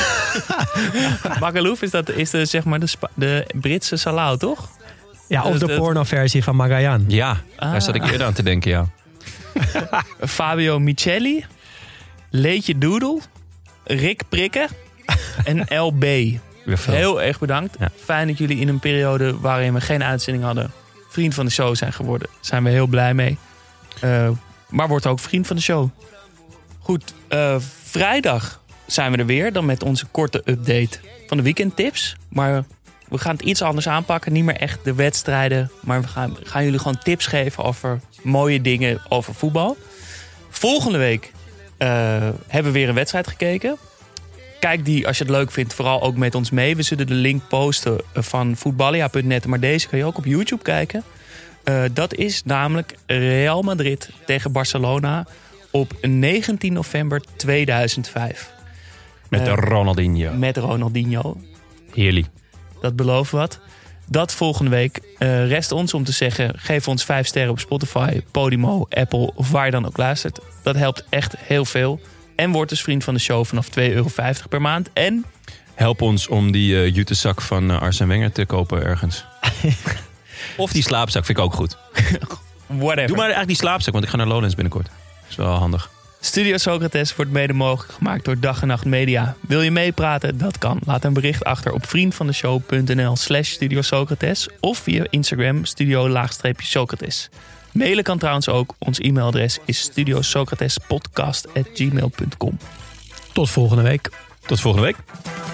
Magalouf is, dat, is de, zeg maar de, Spa- de Britse Salau, toch? Ja, of Dus de dat- pornoversie van Magajan. Ja, Ah. daar zat ik eerder aan te denken, ja. Fabio Micheli. Leetje Doedel. Rick Prikken. En L B. Weer veel. Heel erg bedankt. Ja. Fijn dat jullie in een periode waarin we geen uitzending hadden... vriend van de show zijn geworden. Daar zijn we heel blij mee. Uh, maar word ook vriend van de show. Goed, uh, vrijdag zijn we er weer. Dan met onze korte update van de weekendtips. Maar we gaan het iets anders aanpakken. Niet meer echt de wedstrijden. Maar we gaan, gaan jullie gewoon tips geven over mooie dingen over voetbal. Volgende week uh, hebben we weer een wedstrijd gekeken. Kijk die, als je het leuk vindt, vooral ook met ons mee. We zullen de link posten van voetballia punt net. Maar deze kan je ook op YouTube kijken. Uh, dat is namelijk Real Madrid tegen Barcelona op negentien november tweeduizend vijf. Met Uh, de Ronaldinho. Met Ronaldinho. Heerlijk. Dat belooft wat. Dat volgende week. Uh, rest ons om te zeggen, geef ons vijf sterren op Spotify, Podimo, Apple of waar je dan ook luistert. Dat helpt echt heel veel. En word dus vriend van de show vanaf twee euro vijftig per maand. En Help ons om die uh, jutezak van uh, Arsène Wenger te kopen ergens. Of die slaapzak vind ik ook goed. whatever. Doe maar eigenlijk die slaapzak, want ik ga naar Lowlands binnenkort. Dat is wel handig. Studio Socrates wordt mede mogelijk gemaakt door Dag en Nacht Media. Wil je meepraten? Dat kan. Laat een bericht achter op vriendvandeshow.nl slash Studio Socrates of via Instagram studio-socrates. Mailen kan trouwens ook. Ons e-mailadres is studiosocratespodcast at gmail punt com. Tot volgende week. Tot volgende week.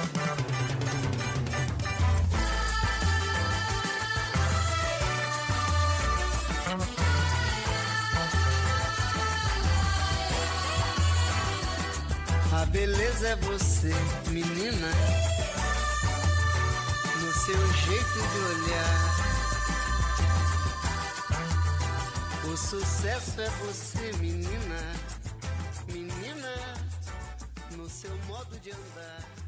A beleza é você, menina, no seu jeito de olhar. O sucesso é você, menina, menina, no seu modo de andar.